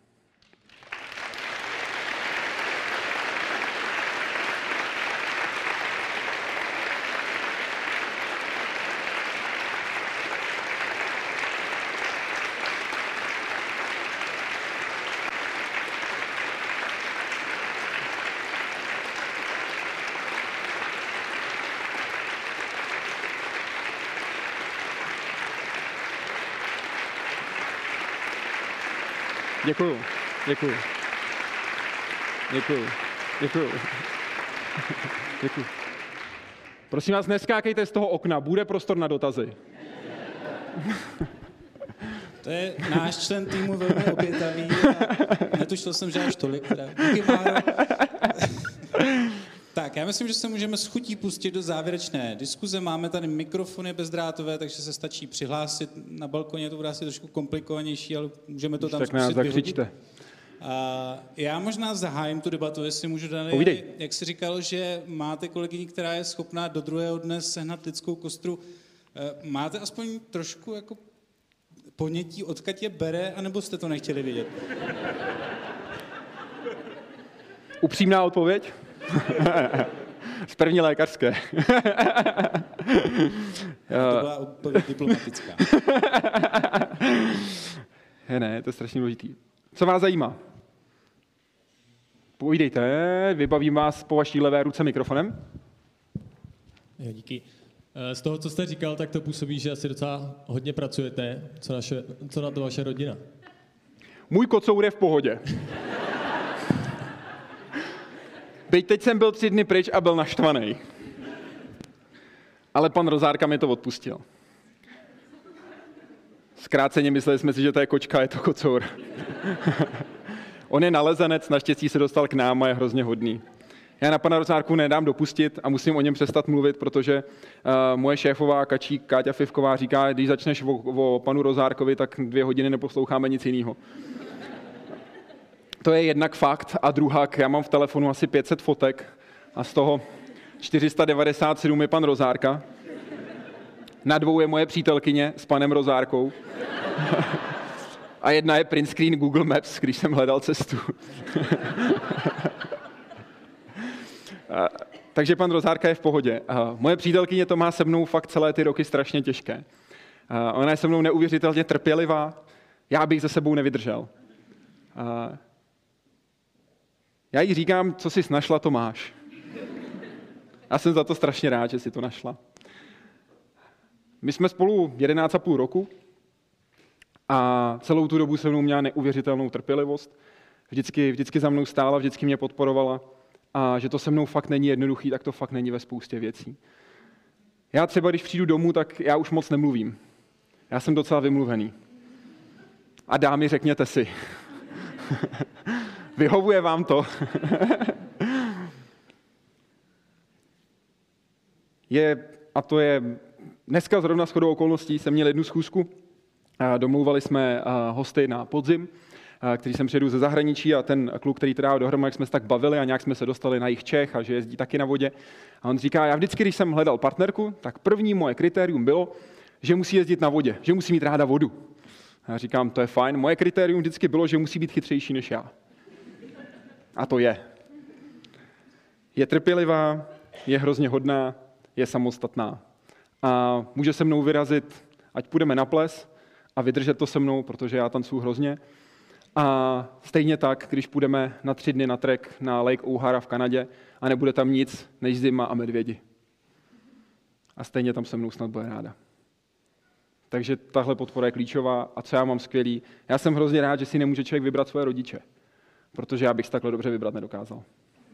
Děkuju. Prosím vás, neskákejte z toho okna, bude prostor na dotazy. To je náš člen týmu velmi obětavý a netušil jsem, že až tolik. Díky, Máro. Tak, já myslím, že se můžeme s chutí pustit do závěrečné diskuze. Máme tady mikrofony bezdrátové, takže se stačí přihlásit. Na balkoně to bude asi trošku komplikovanější, ale můžeme to tam zkusit vyhodit. Já možná zahájím tu debatu, jestli můžu, Daniel, jak jsi říkal, že máte kolegyni, která je schopná do druhého dne sehnat lidskou kostru. Máte aspoň trošku jako ponětí, odkud je bere, anebo jste to nechtěli vědět? Upřímná odpověď? Z první lékařské. To byla odpověď diplomatická. Ne, to je strašně důležitý. Co vás zajímá? Povídejte, vybavím vás po vaší levé ruce mikrofonem. Jo, díky. Z toho, co jste říkal, tak to působí, že asi docela hodně pracujete. Co na to vaše rodina? Můj kocour je v pohodě. Byť teď jsem byl 3 dny pryč a byl naštvaný. Ale pan Rozárka mi to odpustil. Zkráceně mysleli jsme si, že to je kočka, je to kocour. On je nalezenec, naštěstí se dostal k nám a je hrozně hodný. Já na pana Rozárku nedám dopustit a musím o něm přestat mluvit, protože moje šéfová Káťa Fivková říká, když začneš o panu Rozárkovi, tak 2 hodiny neposloucháme nic jiného. To je jednak fakt a druhak, já mám v telefonu asi 500 fotek a z toho 497 je pan Rozárka. Na 2 je moje přítelkyně s panem Rozárkou. A jedna je print screen Google Maps, když jsem hledal cestu. Takže pan Rozárka je v pohodě. Moje přítelkyně to má se mnou fakt celé ty roky strašně těžké. Ona je se mnou neuvěřitelně trpělivá, já bych ze sebou nevydržel. Já jí říkám, co jsi našla, to máš. Já jsem za to strašně rád, že jsi to našla. My jsme spolu 11,5 roku a celou tu dobu se mnou měla neuvěřitelnou trpělivost. Vždycky za mnou stála, vždycky mě podporovala a že to se mnou fakt není jednoduchý, tak to fakt není ve spoustě věcí. Já třeba, když přijdu domů, tak já už moc nemluvím. Já jsem docela vymluvený. A dámy, řekněte si. Vyhovuje vám to? Dneska zrovna shodou okolností jsem měl jednu schůzku. Domlouvali jsme hosty na podzim, který jsem přijedu ze zahraničí a ten kluk, který to dával dohromady, jak jsme se tak bavili a nějak jsme se dostali na jih Čech a že jezdí taky na vodě. A on říká, já vždycky, když jsem hledal partnerku, tak první moje kritérium bylo, že musí jezdit na vodě, že musí mít ráda vodu. A já říkám, to je fajn. Moje kritérium vždycky bylo, že musí být chytřejší než já. A to je. Je trpělivá, je hrozně hodná, je samostatná. A může se mnou vyrazit, ať půjdeme na ples a vydržet to se mnou, protože já tancuju hrozně. A stejně tak, když půjdeme na 3 dny na trek na Lake O'Hara v Kanadě a nebude tam nic než zima a medvědi. A stejně tam se mnou snad bude ráda. Takže tahle podpora je klíčová. A co já mám skvělý? Já jsem hrozně rád, že si nemůže člověk vybrat svoje rodiče, protože já bych si takhle dobře vybrat nedokázal.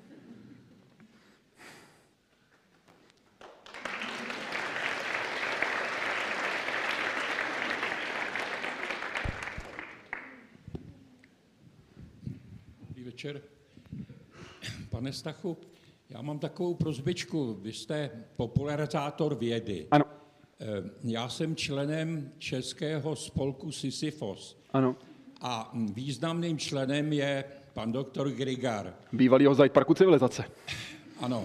Dobrý večer. Pane Stachu, já mám takovou prosbičku. Vy jste popularizátor vědy. Ano. Já jsem členem českého spolku Sisyfos. Ano. A významným členem je pan doktor Grigar. Bývalýho Hyde Parku civilizace. Ano.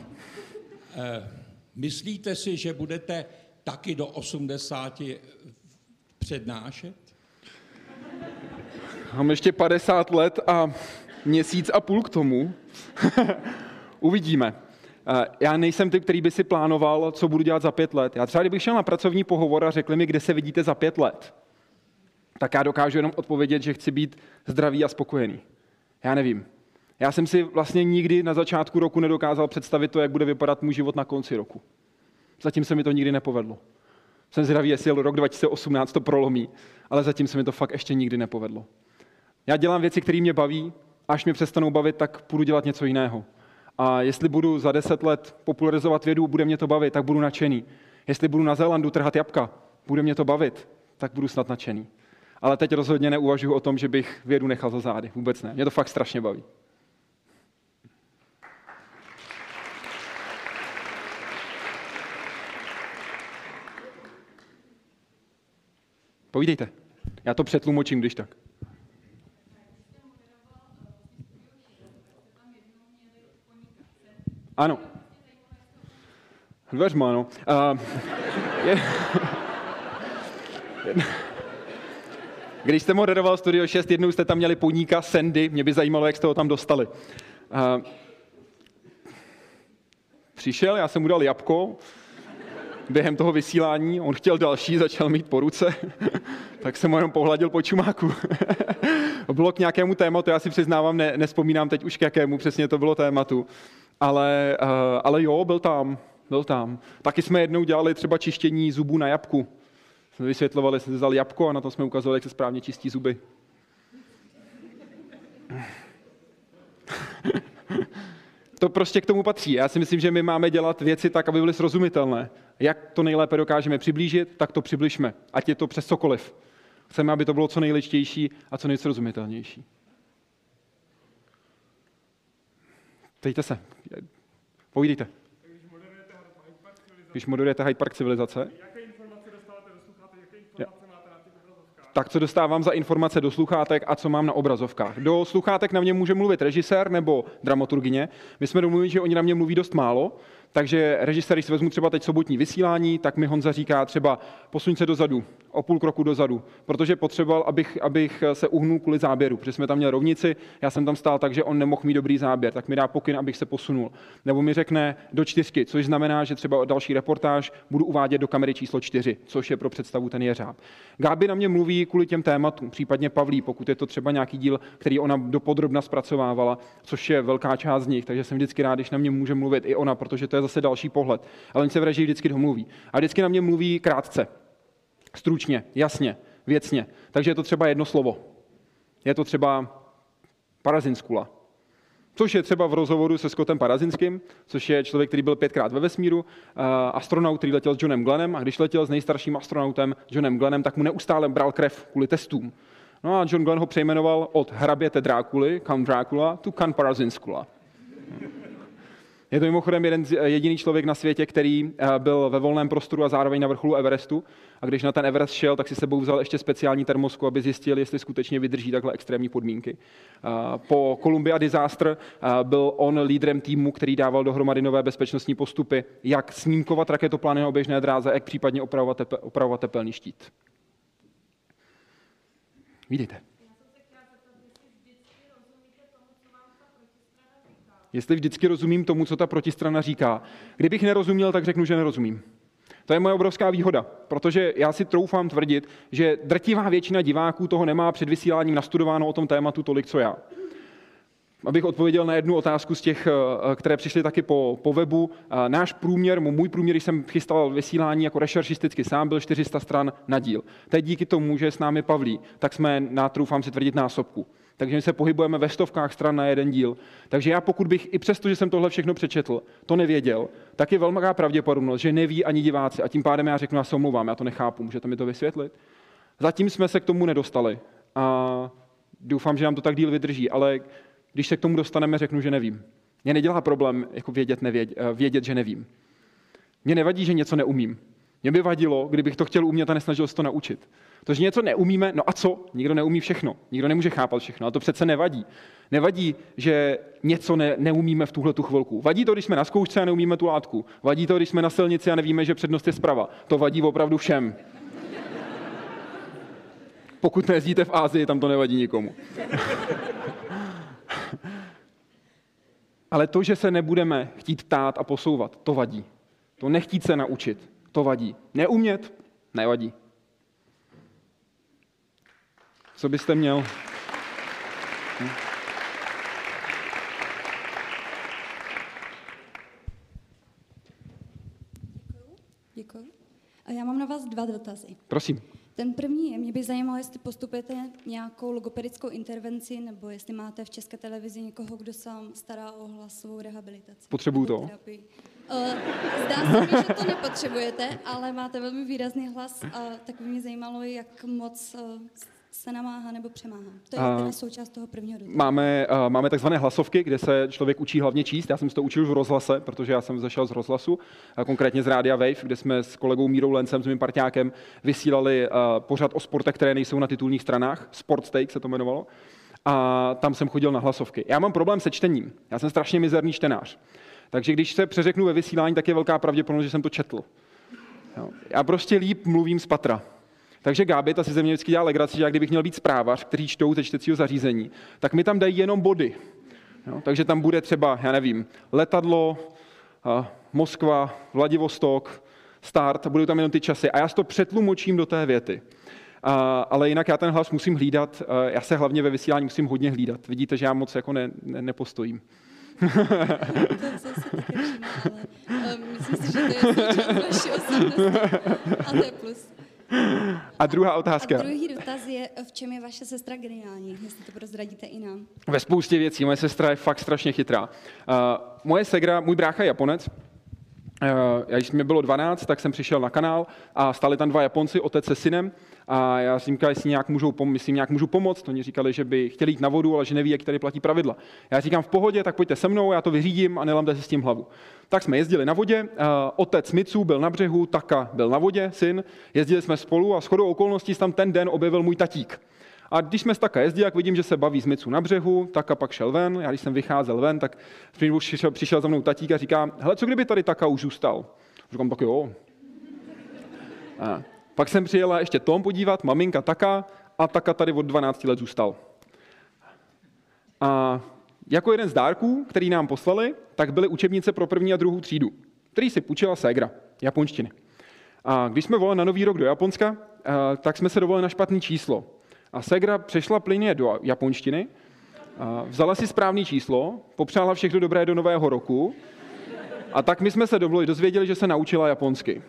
Myslíte si, že budete taky do 80 přednášet? Mám ještě 50 let a měsíc a půl k tomu. Uvidíme. Já nejsem typ, který by si plánoval, co budu dělat za 5 let. Já třeba, kdybych šel na pracovní pohovor a řekli mi, kde se vidíte za 5 let, tak já dokážu jenom odpovědět, že chci být zdravý a spokojený. Já nevím. Já jsem si vlastně nikdy na začátku roku nedokázal představit to, jak bude vypadat můj život na konci roku. Zatím se mi to nikdy nepovedlo. Jsem zvědavý, jestli rok 2018 to prolomí, ale zatím se mi to fakt ještě nikdy nepovedlo. Já dělám věci, které mě baví, až mě přestanou bavit, tak půjdu dělat něco jiného. A jestli budu za 10 let popularizovat vědu, bude mě to bavit, tak budu nadšený. Jestli budu na Zélandu trhat jabka, bude mě to bavit, tak budu snad nadšený. Ale teď rozhodně neuvažuji o tom, že bych vědu nechal za zády. Vůbec ne. Mě to fakt strašně baví. Povídejte. Já to přetlumočím, když tak. Ano. Dveřma, ano. Když jste moderoval Studio 6, jednou jste tam měli podníka Sandy, mě by zajímalo, jak jste ho tam dostali. Přišel, já jsem mu dal jabko během toho vysílání, on chtěl další, začal mít po ruce, tak jsem ho jenom pohladil po čumáku. Bylo k nějakému tématu, já si přiznávám, nespomínám teď už k jakému přesně to bylo tématu, ale jo, byl tam. Taky jsme jednou dělali třeba čištění zubů na jabku. Jsme vysvětlovali, jsme vzali jabko a na to jsme ukazovali, jak se správně čistí zuby. To prostě k tomu patří. Já si myslím, že my máme dělat věci tak, aby byly srozumitelné. Jak to nejlépe dokážeme přiblížit, tak to přibližme. Ať je to přes cokoliv. Chceme, aby to bylo co nejličtější a co nejsrozumitelnější. Ptejte se. Povídejte. Když moderujete Hyde Park civilizace. Jaké informace dostáváte do sluchátek, jaké informace máte na těch obrazovkách? Tak co dostávám za informace do sluchátek a co mám na obrazovkách. Do sluchátek na mě může mluvit režisér nebo dramaturgyně. My jsme domluvili, že oni na mě mluví dost málo, takže režisér, když si vezmu třeba teď sobotní vysílání, tak mi Honza říká třeba posuň se dozadu, o půl kroku dozadu, protože potřeboval, abych se uhnul kvůli záběru, protože jsme tam měli rovnici, já jsem tam stál tak, že on nemohl mít dobrý záběr, tak mi dá pokyn, abych se posunul. Nebo mi řekne do 4, což znamená, že třeba další reportáž budu uvádět do kamery číslo 4, což je pro představu ten jeřáb. Gáby na mě mluví kvůli těm tématům, případně Pavlí, pokud je to třeba nějaký díl, který ona dopodrobna zpracovávala, což je velká část z nich, takže jsem vždycky rád, když na mě může mluvit i ona, protože to je zase další pohled. Ale oni se v režii vždycky domluví. A vždycky na mě mluví krátce, stručně, jasně, věcně. Takže je to třeba jedno slovo. Je to třeba Parazinskula. Což je třeba v rozhovoru se Scottem Parazinským, což je člověk, který byl 5krát ve vesmíru, astronaut, který letěl s Johnem Glennem, a když letěl s nejstarším astronautem Johnem Glennem, tak mu neustále bral krev kvůli testům. No a John Glenn ho přejmenoval od hraběte Drákuly, Count Dracula, to Count Parazinskula. Je to mimochodem jediný člověk na světě, který byl ve volném prostoru a zároveň na vrcholu Everestu. A když na ten Everest šel, tak si sebou vzal ještě speciální termosku, aby zjistil, jestli skutečně vydrží takhle extrémní podmínky. Po Columbia Disaster byl on lídrem týmu, který dával dohromady nové bezpečnostní postupy, jak snímkovat raketoplány na oběžné dráze, jak případně opravovat tepelný štít. Vidíte. Jestli vždycky rozumím tomu, co ta protistrana říká. Kdybych nerozuměl, tak řeknu, že nerozumím. To je moje obrovská výhoda, protože já si troufám tvrdit, že drtivá většina diváků toho nemá před vysíláním nastudováno o tom tématu tolik, co já. Abych odpověděl na jednu otázku z těch, které přišly taky po webu. Náš průměr, můj průměr, když jsem chystal vysílání jako rešeršisticky sám, byl 400 stran na díl. Teď díky tomu, že je s námi Pavlí, tak jsme troufám si tvrdit násobku. Takže my se pohybujeme ve stovkách stran na jeden díl. Takže já pokud bych, i přesto, že jsem tohle všechno přečetl, to nevěděl, tak je velká pravděpodobnost, že neví ani diváci. A tím pádem já řeknu, já se omlouvám, já to nechápu, můžete mi to vysvětlit? Zatím jsme se k tomu nedostali a doufám, že nám to tak díl vydrží, ale když se k tomu dostaneme, řeknu, že nevím. Mě nedělá problém jako vědět, že nevím. Mně nevadí, že něco neumím. Mě by vadilo, kdybych to chtěl umět a nesnažil se to naučit. To, že něco neumíme, no a co? Nikdo neumí všechno. Nikdo nemůže chápat všechno. A to přece nevadí. Nevadí, že něco neumíme v tuhletu chvilku. Vadí to, když jsme na zkoušce a neumíme tu látku. Vadí to, když jsme na silnici a nevíme, že přednost je zprava. To vadí opravdu všem. Pokud nejezdíte v Asii, tam to nevadí nikomu. Ale to, že se nebudeme chtít ptát a posouvat, to vadí. To nechtít se naučit, to vadí. Neumět, nevadí. Co byste měl? Děkuji. A já mám na vás 2 dotazy. Prosím. Ten první je, mě by zajímalo, jestli postupujete nějakou logopedickou intervenci, nebo jestli máte v České televizi někoho, kdo se vám stará o hlasovou rehabilitaci. Potřebuju to. Zdá se mi, že to nepotřebujete, ale máte velmi výrazný hlas a tak by mě zajímalo, jak moc se namáhá nebo přemáhá. To je teda součást toho prvního dotazu. Máme takzvané hlasovky, kde se člověk učí hlavně číst. Já jsem se to učil v rozhlase, protože já jsem zašel z rozhlasu, konkrétně z Rádia Wave, kde jsme s kolegou Mírou Lencem, s mým parťákem, vysílali pořad o sportech, které nejsou na titulních stranách. Sport Steak se to jmenovalo. A tam jsem chodil na hlasovky. Já mám problém se čtením. Já jsem strašně mizerný čtenář. Takže když se přeřeknu ve vysílání, tak je velká pravděpodobnost, že jsem to četl. Jo. Já prostě líp mluvím z patra. Takže Gáby, ta si ze mě vždycky dělá legraci, že já kdybych měl být zprávař, který čtou ze čtecího zařízení, tak mi tam dají jenom body. Jo, takže tam bude třeba, já nevím, letadlo, Moskva, Vladivostok, start, a budou tam jenom ty časy. A já si to přetlumočím do té věty. Ale jinak já ten hlas musím hlídat, já se hlavně ve vysílání musím hodně hlídat. Vidíte, že já moc jako nepostojím. To se taky všimla, ale myslím si, že to je součást vaší osobnosti. A to je plus. A druhá otázka. A druhý dotaz je, v čem je vaše sestra geniální, jestli to prozradíte i nám. Ve spoustě věcí. Moje sestra je fakt strašně chytrá. Můj brácha je Japonec Když mi bylo 12, tak jsem přišel na kanál a stáli tam 2 Japonci, otec se synem, a já jsem říkal, jestli nějak můžu pomoct. Oni říkali, že by chtěli jít na vodu, ale že neví, jak tady platí pravidla. Já říkám, v pohodě, tak pojďte se mnou, já to vyřídím a nelamte si s tím hlavu. Tak jsme jezdili na vodě, otec Mitsu byl na břehu, Taka byl na vodě, syn, jezdili jsme spolu a shodou okolností tam ten den objevil můj tatík. A když jsme s Taka jezdili, jak vidím, že se baví s Mitsu na břehu, Taka pak šel ven, já když jsem vycházel ven, tak přišel za mnou tatík a říká, hele, co kdyby tady Taka už zůstal? Říkám, tak jo. A pak jsem přijela ještě Tom podívat, maminka Taka, a Taka tady od 12 let zůstal. A jako jeden z dárků, který nám poslali, tak byly učebnice pro 1. a 2. třídu, který si půjčila ségra, japonštiny. A když jsme volali na Nový rok do Japonska, tak jsme se dovolili na špatné číslo. A ségra přešla plynně do japonštiny, vzala si správné číslo, popřála všechno dobré do nového roku a tak my jsme se dozvěděli, že se naučila japonsky.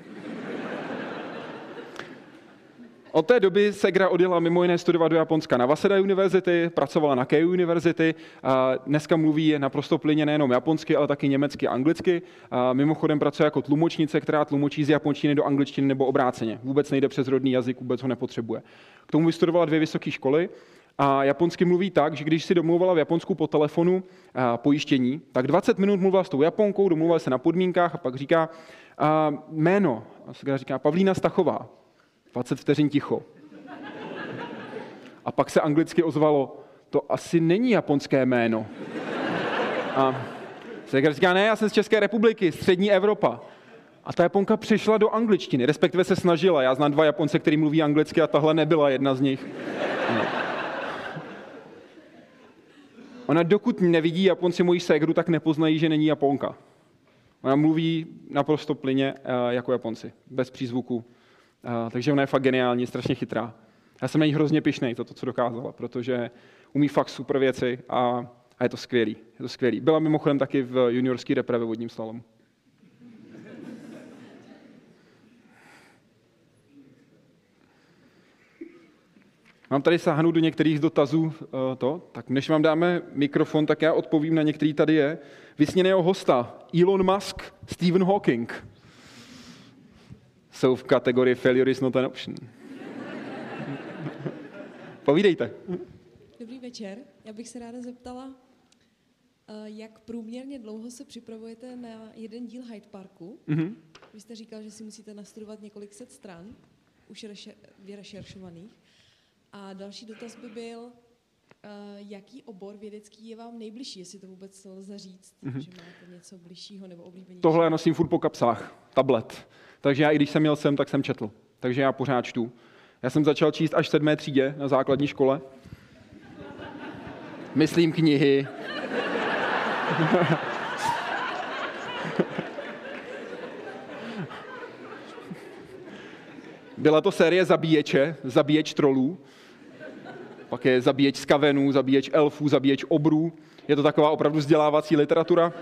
Od té doby ségra odjela mimo jiné studovat do Japonska na Waseda University, pracovala na Keio University, a dneska mluví naprosto plynně nejenom japonsky, ale taky německy a anglicky. A mimochodem pracuje jako tlumočnice, která tlumočí z japonštiny do angličtiny nebo obráceně. Vůbec nejde přes rodný jazyk, vůbec ho nepotřebuje. K tomu vystudovala 2 vysoké školy a japonsky mluví tak, že když si domluvala v Japonsku po telefonu pojištění, tak 20 minut mluvila s tou Japonkou, domluvila se na podmínkách a pak říká jméno, a ségra říká Pavlína Stachová. 20 vteřin ticho. A pak se anglicky ozvalo, to asi není japonské jméno. A ségra říká, ne, já jsem z České republiky, střední Evropa. A ta Japonka přišla do angličtiny, respektive se snažila. Já znám 2 Japonce, který mluví anglicky a tahle nebyla jedna z nich. No. Ona dokud nevidí Japonci moji ségru, tak nepoznají, že není Japonka. Ona mluví naprosto plynně jako Japonci, bez přízvuku. Takže ona je fakt geniální, strašně chytrá. Já jsem na ní hrozně pyšnej, to, co dokázala, protože umí fakt super věci a je to skvělý. Je to skvělý. Byla mimochodem taky v juniorský repre ve vodním slalomu. Mám tady sáhnout do některých dotazů tak než vám dáme mikrofon, tak já odpovím na některý tady je. Vysněného hosta Elon Musk, Stephen Hawking. Jsou v kategorii failure is not an option. Povídejte. Dobrý večer. Já bych se ráda zeptala, jak průměrně dlouho se připravujete na jeden díl Hyde Parku? Mm-hmm. Vy jste říkal, že si musíte nastudovat několik set stran, už vyrešeršovaných. A další dotaz by byl, jaký obor vědecký je vám nejbližší, jestli to vůbec lze říct, že máte něco bližšího nebo oblíbenějšího? Tohle já nosím furt po kapsách, tablet. Takže já i když jsem měl sem, tak jsem četl. Takže já pořád čtu. Já jsem začal číst až v 7. třídě na základní škole. Myslím knihy. Byla to série Zabíječe, Zabíječ trolů. Pak je Zabíječ skavenů, Zabíječ elfů, Zabíječ obrů. Je to taková opravdu vzdělávací literatura.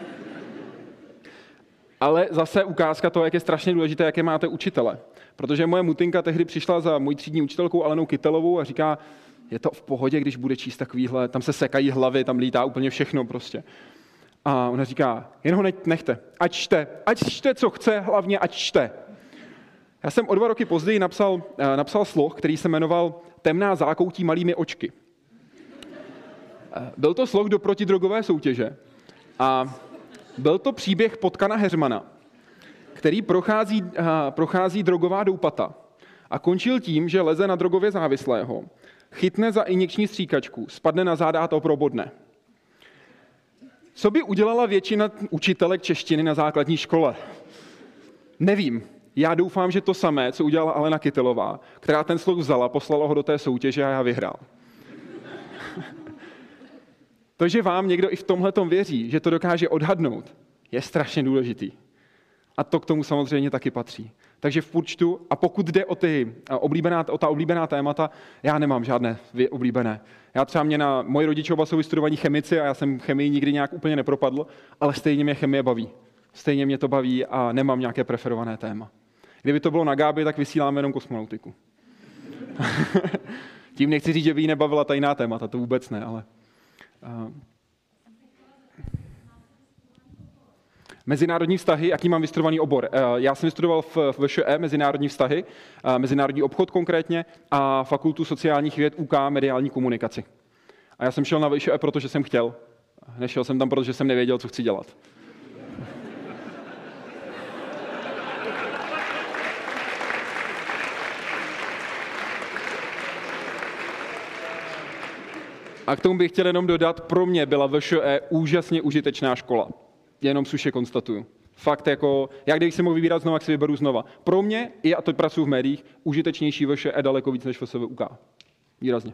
Ale zase ukázka toho, jak je strašně důležité, jaké máte učitele. Protože moje mutinka tehdy přišla za mojí třídní učitelkou Alenou Kytelovou a říká, je to v pohodě, když bude číst takovýhle, tam se sekají hlavy, tam lítá úplně všechno prostě. A ona říká, jen ho nechte, ať čte, co chce, hlavně ať čte. Já jsem o 2 roky později napsal sloh, který se jmenoval Temná zákoutí malými očky. Byl to sloh do protidrogové soutěže a byl to příběh Potkana Heřmana, který prochází drogová doupata a končil tím, že leze na drogově závislého, chytne za injekční stříkačku, spadne na záda a to probodne. Co by udělala většina učitelek češtiny na základní škole? Nevím. Já doufám, že to samé, co udělala Alena Kytelová, která ten sloh vzala, poslala ho do té soutěže a já vyhrál. To, že vám někdo i v tomhletom věří, že to dokáže odhadnout, je strašně důležitý. A to k tomu samozřejmě taky patří. Takže v počtu, a pokud jde o ta oblíbená témata, já nemám žádné oblíbené. Já třeba moji rodiče oba jsou vystudovaní chemici a já jsem chemii nikdy nějak úplně nepropadl, ale stejně mě chemie baví. Stejně mě to baví a nemám nějaké preferované téma. Kdyby to bylo na Gáby, tak vysíláme jenom kosmonautiku. Tím nechci říct, že by jí nebavila ta jiná témata, to vůbec ne, ale... Mezinárodní vztahy, jaký mám vystudovaný obor? Já jsem vystudoval v VŠE mezinárodní vztahy, mezinárodní obchod konkrétně a fakultu sociálních věd UK mediální komunikaci. A já jsem šel na VŠE, protože jsem chtěl. Nešel jsem tam, protože jsem nevěděl, co chci dělat. A k tomu bych chtěl jenom dodat, pro mě byla VŠE úžasně užitečná škola. Jenom suše konstatuju. Fakt jako, já když si mohl vybírat znova, jak si vyberu znova. Pro mě, a teď pracuji v médiích, užitečnější VŠE daleko víc než VSVUK. Výrazně.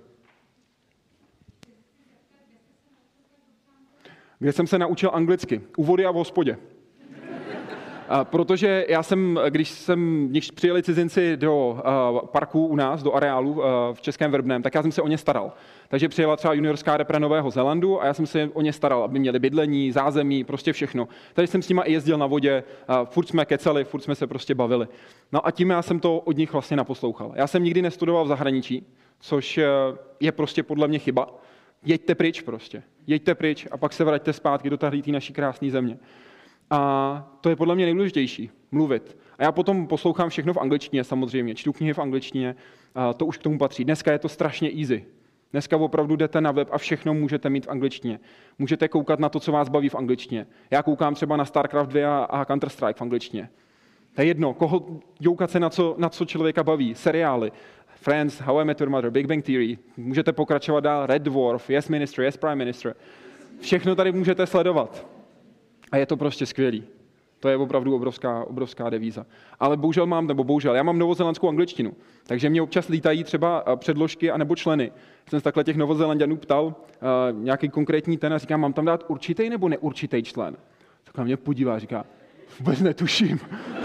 Kde jsem se naučil anglicky? U vody a v hospodě. Protože když přijeli cizinci do parku u nás, do areálu v Českém Vrbném, tak já jsem se o ně staral. Takže přijela třeba juniorská repre Nového Zélandu a já jsem se o ně staral, aby měli bydlení, zázemí, prostě všechno. Takže jsem s nima i jezdil na vodě, furt jsme kecali, furt jsme se prostě bavili. No a tím já jsem to od nich vlastně naposlouchal. Já jsem nikdy nestudoval v zahraničí, což je prostě podle mě chyba. Jeďte pryč prostě. Jeďte pryč a pak se vraťte zpátky do této naší krásné země. A to je podle mě nejdůležitější, mluvit. A já potom poslouchám všechno v angličtině samozřejmě, čtu knihy v angličtině, to už k tomu patří. Dneska je to strašně easy. Dneska opravdu jdete na web a všechno můžete mít v angličtině. Můžete koukat na to, co vás baví v angličtině. Já koukám třeba na StarCraft 2 a Counter-Strike v angličtině. To je jedno, koukat se na co člověka baví, seriály. Friends, How I Met Your Mother, Big Bang Theory, můžete pokračovat dál, Red Dwarf, Yes Minister, Yes Prime Minister. Všechno tady můžete sledovat. A je to prostě skvělý. To je opravdu obrovská devíza. Ale já mám novozélandskou angličtinu, takže mě občas lítají třeba předložky anebo členy. Jsem se takhle těch Novozélanďanů ptal nějaký konkrétní ten a říkám, mám tam dát určitý nebo neurčitý člen? Tak na mě podívá a říká, vůbec netuším.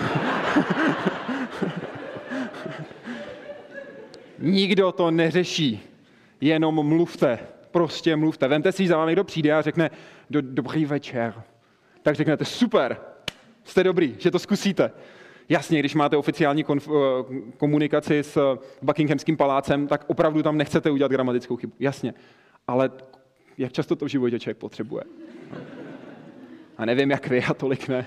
Nikdo to neřeší, jenom mluvte, prostě mluvte. Vemte si, za vámi někdo přijde a řekne, dobrý večer. Tak řeknete, super, jste dobrý, že to zkusíte. Jasně, když máte oficiální komunikaci s Buckinghamským palácem, tak opravdu tam nechcete udělat gramatickou chybu. Jasně, ale jak často to v životě člověk potřebuje? A nevím, jak vy, a tolik ne.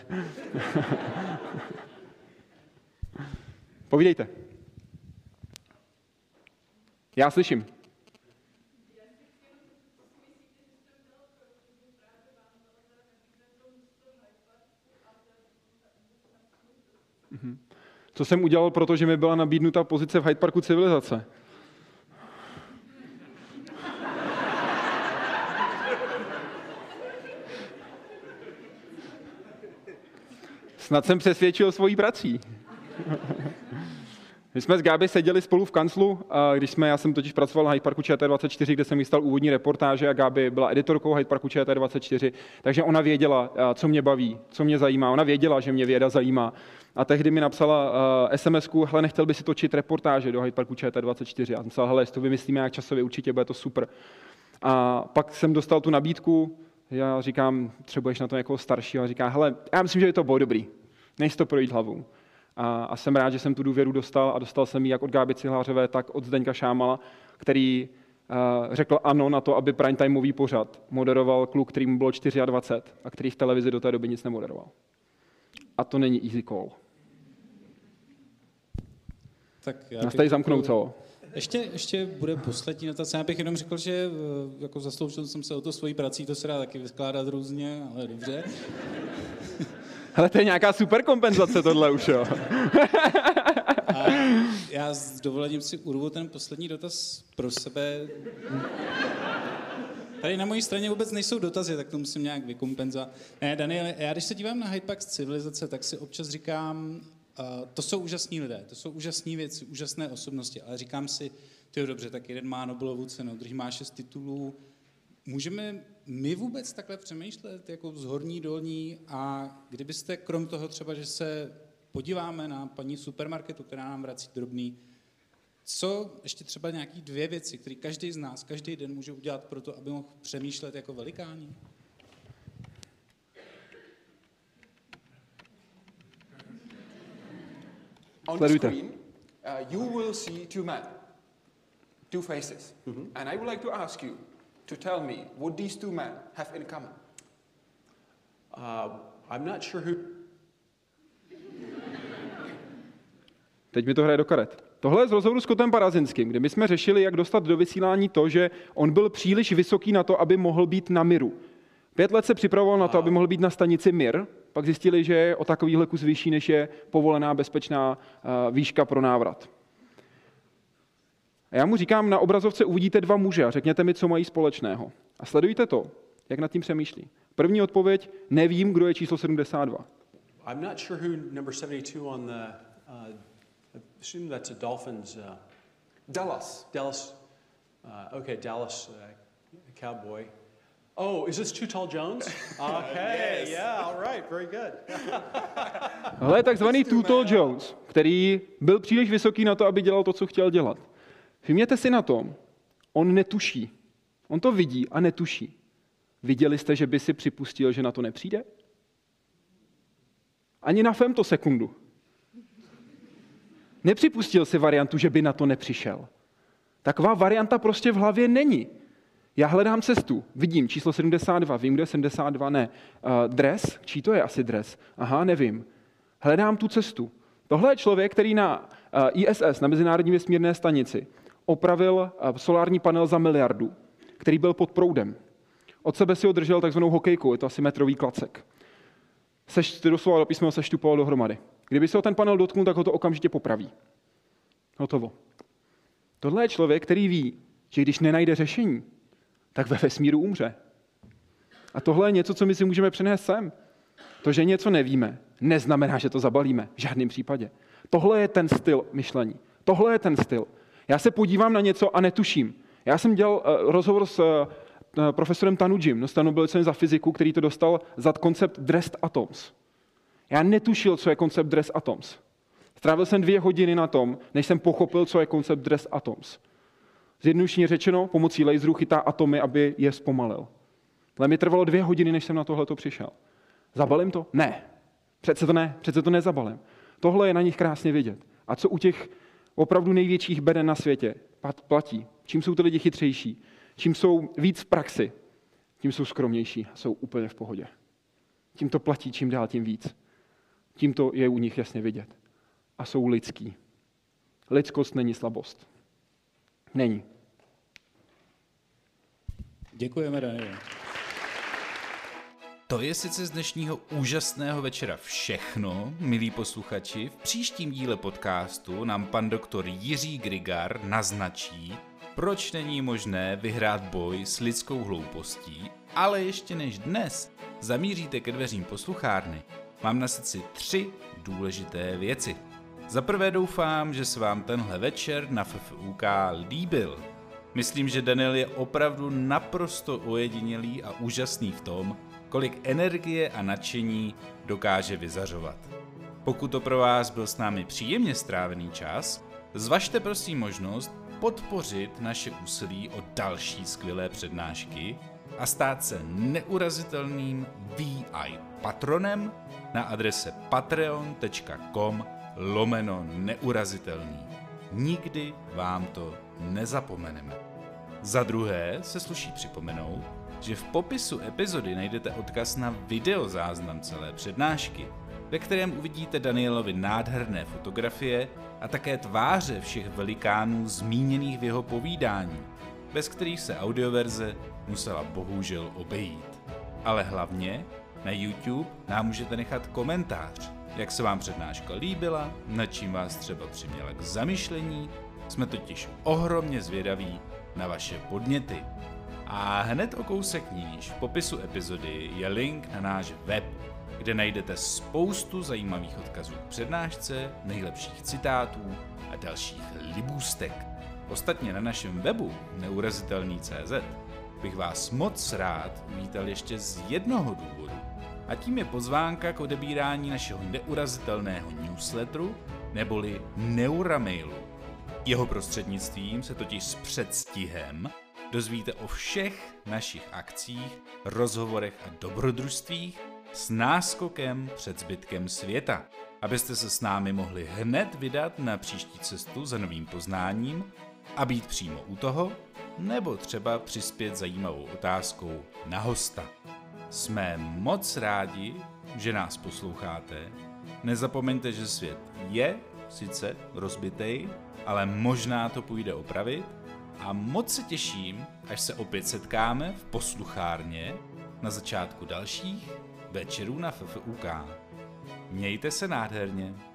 Povídejte. Já slyším. Co jsem udělal, protože mi byla nabídnuta pozice v Hyde Parku civilizace? Snad jsem přesvědčil svojí prací. My jsme s Gáby seděli spolu v kanclu, já jsem totiž pracoval na Hyde Parku ČT24, kde jsem vystal úvodní reportáže a Gáby byla editorkou Hyde Parku ČT24, takže ona věděla, co mě baví, co mě zajímá. Ona věděla, že mě věda zajímá. A tehdy mi napsala SMS-ku, hele, nechtěl by si točit reportáže do Hyde Parku ČT24. Já jsem psal, hele, jestli to vymyslíme jak časově, určitě bude to super. A pak jsem dostal tu nabídku, já říkám, potřebuješ na to někoho staršího, a říká, hele, já myslím, že by to bylo dobrý, než to projít hlavou. A jsem rád, že jsem tu důvěru dostal a dostal jsem ji jak od Gáby Cihlářové, tak od Zdeňka Šámala, který řekl ano na to, aby prime timeový pořad moderoval kluk, který mu bylo 24 a který v televizi do té doby nic nemoderoval. A to není easy call. Tak nás tady zamknou, co? Ještě bude poslední notace. Já bych jenom řekl, že jako zasloužil jsem se o to svojí prací, to se dá taky vyskládat různě, ale dobře. Ale to je nějaká super kompenzace tohle už, jo. A já s dovolením si urvu ten poslední dotaz pro sebe. Tady na mojí straně vůbec nejsou dotazy, tak to musím nějak vykompenzovat. Ne, Daniele, já když se dívám na Hyde Park civilizace, tak si občas říkám, to jsou úžasní lidé, to jsou úžasné věci, úžasné osobnosti, ale říkám si, tyjo, dobře, tak jeden má Nobelovu cenu, druhý má 6 titulů. Můžeme my vůbec takhle přemýšlet, jako z horní, dolní, a kdybyste krom toho třeba, že se podíváme na paní supermarketu, která nám vrací drobný, co ještě třeba nějaký 2 věci, které každý z nás, každý den může udělat pro to, aby mohl přemýšlet jako velikáni? On the screen, you will see 2 men, 2 faces. And I would like to ask you to tell me what these 2 men have in common. I'm not sure who... Teď mi to hraje do karet. Tohle je z rozhovoru s Kotem Parazinským, kde my jsme řešili, jak dostat do vysílání to, že on byl příliš vysoký na to, aby mohl být na Miru. 5 let se připravoval na to, aby mohl být na stanici Mir, pak zjistili, že je o takovýhle kus vyšší, než je povolená bezpečná výška pro návrat. A já mu říkám, na obrazovce uvidíte 2 muže a řekněte mi, co mají společného. A sledujte to, jak nad tím přemýšlí. První odpověď, nevím, kdo je číslo 72. I'm not sure who number 72 on the... assume that's a Dolphins... Dallas. Dallas. Okay, Dallas Cowboy. Oh, is this Too Tall Jones? Okay, yes. Yeah, all right, very good. Tohle je takzvaný Too Tall Jones, který byl příliš vysoký na to, aby dělal to, co chtěl dělat. Všimněte si na tom, on netuší. On to vidí a netuší. Viděli jste, že by si připustil, že na to nepřijde? Ani na femtosekundu. Nepřipustil si variantu, že by na to nepřišel. Taková varianta prostě v hlavě není. Já hledám cestu, vidím číslo 72, vím, kde je 72, ne. Dres, čí to je asi dres? Aha, nevím. Hledám tu cestu. Tohle je člověk, který na ISS, na Mezinárodní vesmírné stanici, opravil solární panel za 1 miliardu, který byl pod proudem. Od sebe si ho držel takzvanou hokejkou, je to asi metrový klacek. Doslova do písmena seštupoval dohromady. Kdyby se ho ten panel dotknul, tak ho to okamžitě popraví. Hotovo. Tohle je člověk, který ví, že když nenajde řešení, tak ve vesmíru umře. A tohle je něco, co my si můžeme přenést sem. To, že něco nevíme, neznamená, že to zabalíme. V žádném případě. Tohle je ten styl myšlení. Tohle je ten styl. Já se podívám na něco a netuším. Já jsem dělal rozhovor s profesorem Tanujim, dostanou byl za fyziku, který to dostal za koncept dressed atoms. Já netušil, co je koncept dressed atoms. Strávil jsem 2 hodiny na tom, než jsem pochopil, co je koncept dressed atoms. Zjednodušeně řečeno, pomocí laseru chytá atomy, aby je zpomalil. Ale mi trvalo 2 hodiny, než jsem na tohleto přišel. Zabalím to? Ne. Přece to nezabalím. Tohle je na nich krásně vidět. A co u těch opravdu největších beden na světě platí? Čím jsou ty lidi chytřejší? Čím jsou víc v praxi? Tím jsou skromnější a jsou úplně v pohodě. Tím to platí čím dál tím víc. Tím to je u nich jasně vidět. A jsou lidský. Lidskost není slabost. Není. Děkujeme, Daniel. To je sice z dnešního úžasného večera všechno, milí posluchači. V příštím díle podcastu nám pan doktor Jiří Grigar naznačí, proč není možné vyhrát boj s lidskou hloupostí, ale ještě než dnes zamíříte ke dveřím posluchárny, mám na srdci 3 důležité věci. Za prvé doufám, že se vám tenhle večer na FFUK líbil. Myslím, že Daniel je opravdu naprosto ojedinělý a úžasný v tom, kolik energie a nadšení dokáže vyzařovat. Pokud to pro vás byl s námi příjemně strávený čas, zvažte prosím možnost podpořit naše úsilí o další skvělé přednášky a stát se neurazitelným VI patronem na adrese patreon.com/neurazitelný. Nikdy vám to nezapomeneme. Za druhé se sluší připomenout, že v popisu epizody najdete odkaz na videozáznam celé přednášky, ve kterém uvidíte Danielovi nádherné fotografie a také tváře všech velikánů zmíněných v jeho povídání, bez kterých se audioverze musela bohužel obejít. Ale hlavně na YouTube nám můžete nechat komentář, jak se vám přednáška líbila, nad čím vás třeba přiměla k zamyšlení. Jsme totiž ohromně zvědaví na vaše podněty. A hned o kousek níž v popisu epizody je link na náš web, kde najdete spoustu zajímavých odkazů k přednášce, nejlepších citátů a dalších libůstek. Ostatně na našem webu neurazitelný.cz bych vás moc rád uvítal ještě z jednoho důvodu. A tím je pozvánka k odebírání našeho neurazitelného newsletteru neboli Neuramailu. Jeho prostřednictvím se totiž s předstihem dozvíte o všech našich akcích, rozhovorech a dobrodružstvích s náskokem před zbytkem světa, abyste se s námi mohli hned vydat na příští cestu za novým poznáním a být přímo u toho, nebo třeba přispět zajímavou otázkou na hosta. Jsme moc rádi, že nás posloucháte. Nezapomeňte, že svět je sice rozbitej, ale možná to půjde opravit. A moc se těším, až se opět setkáme v posluchárně na začátku dalších večerů na FFUK. Mějte se nádherně.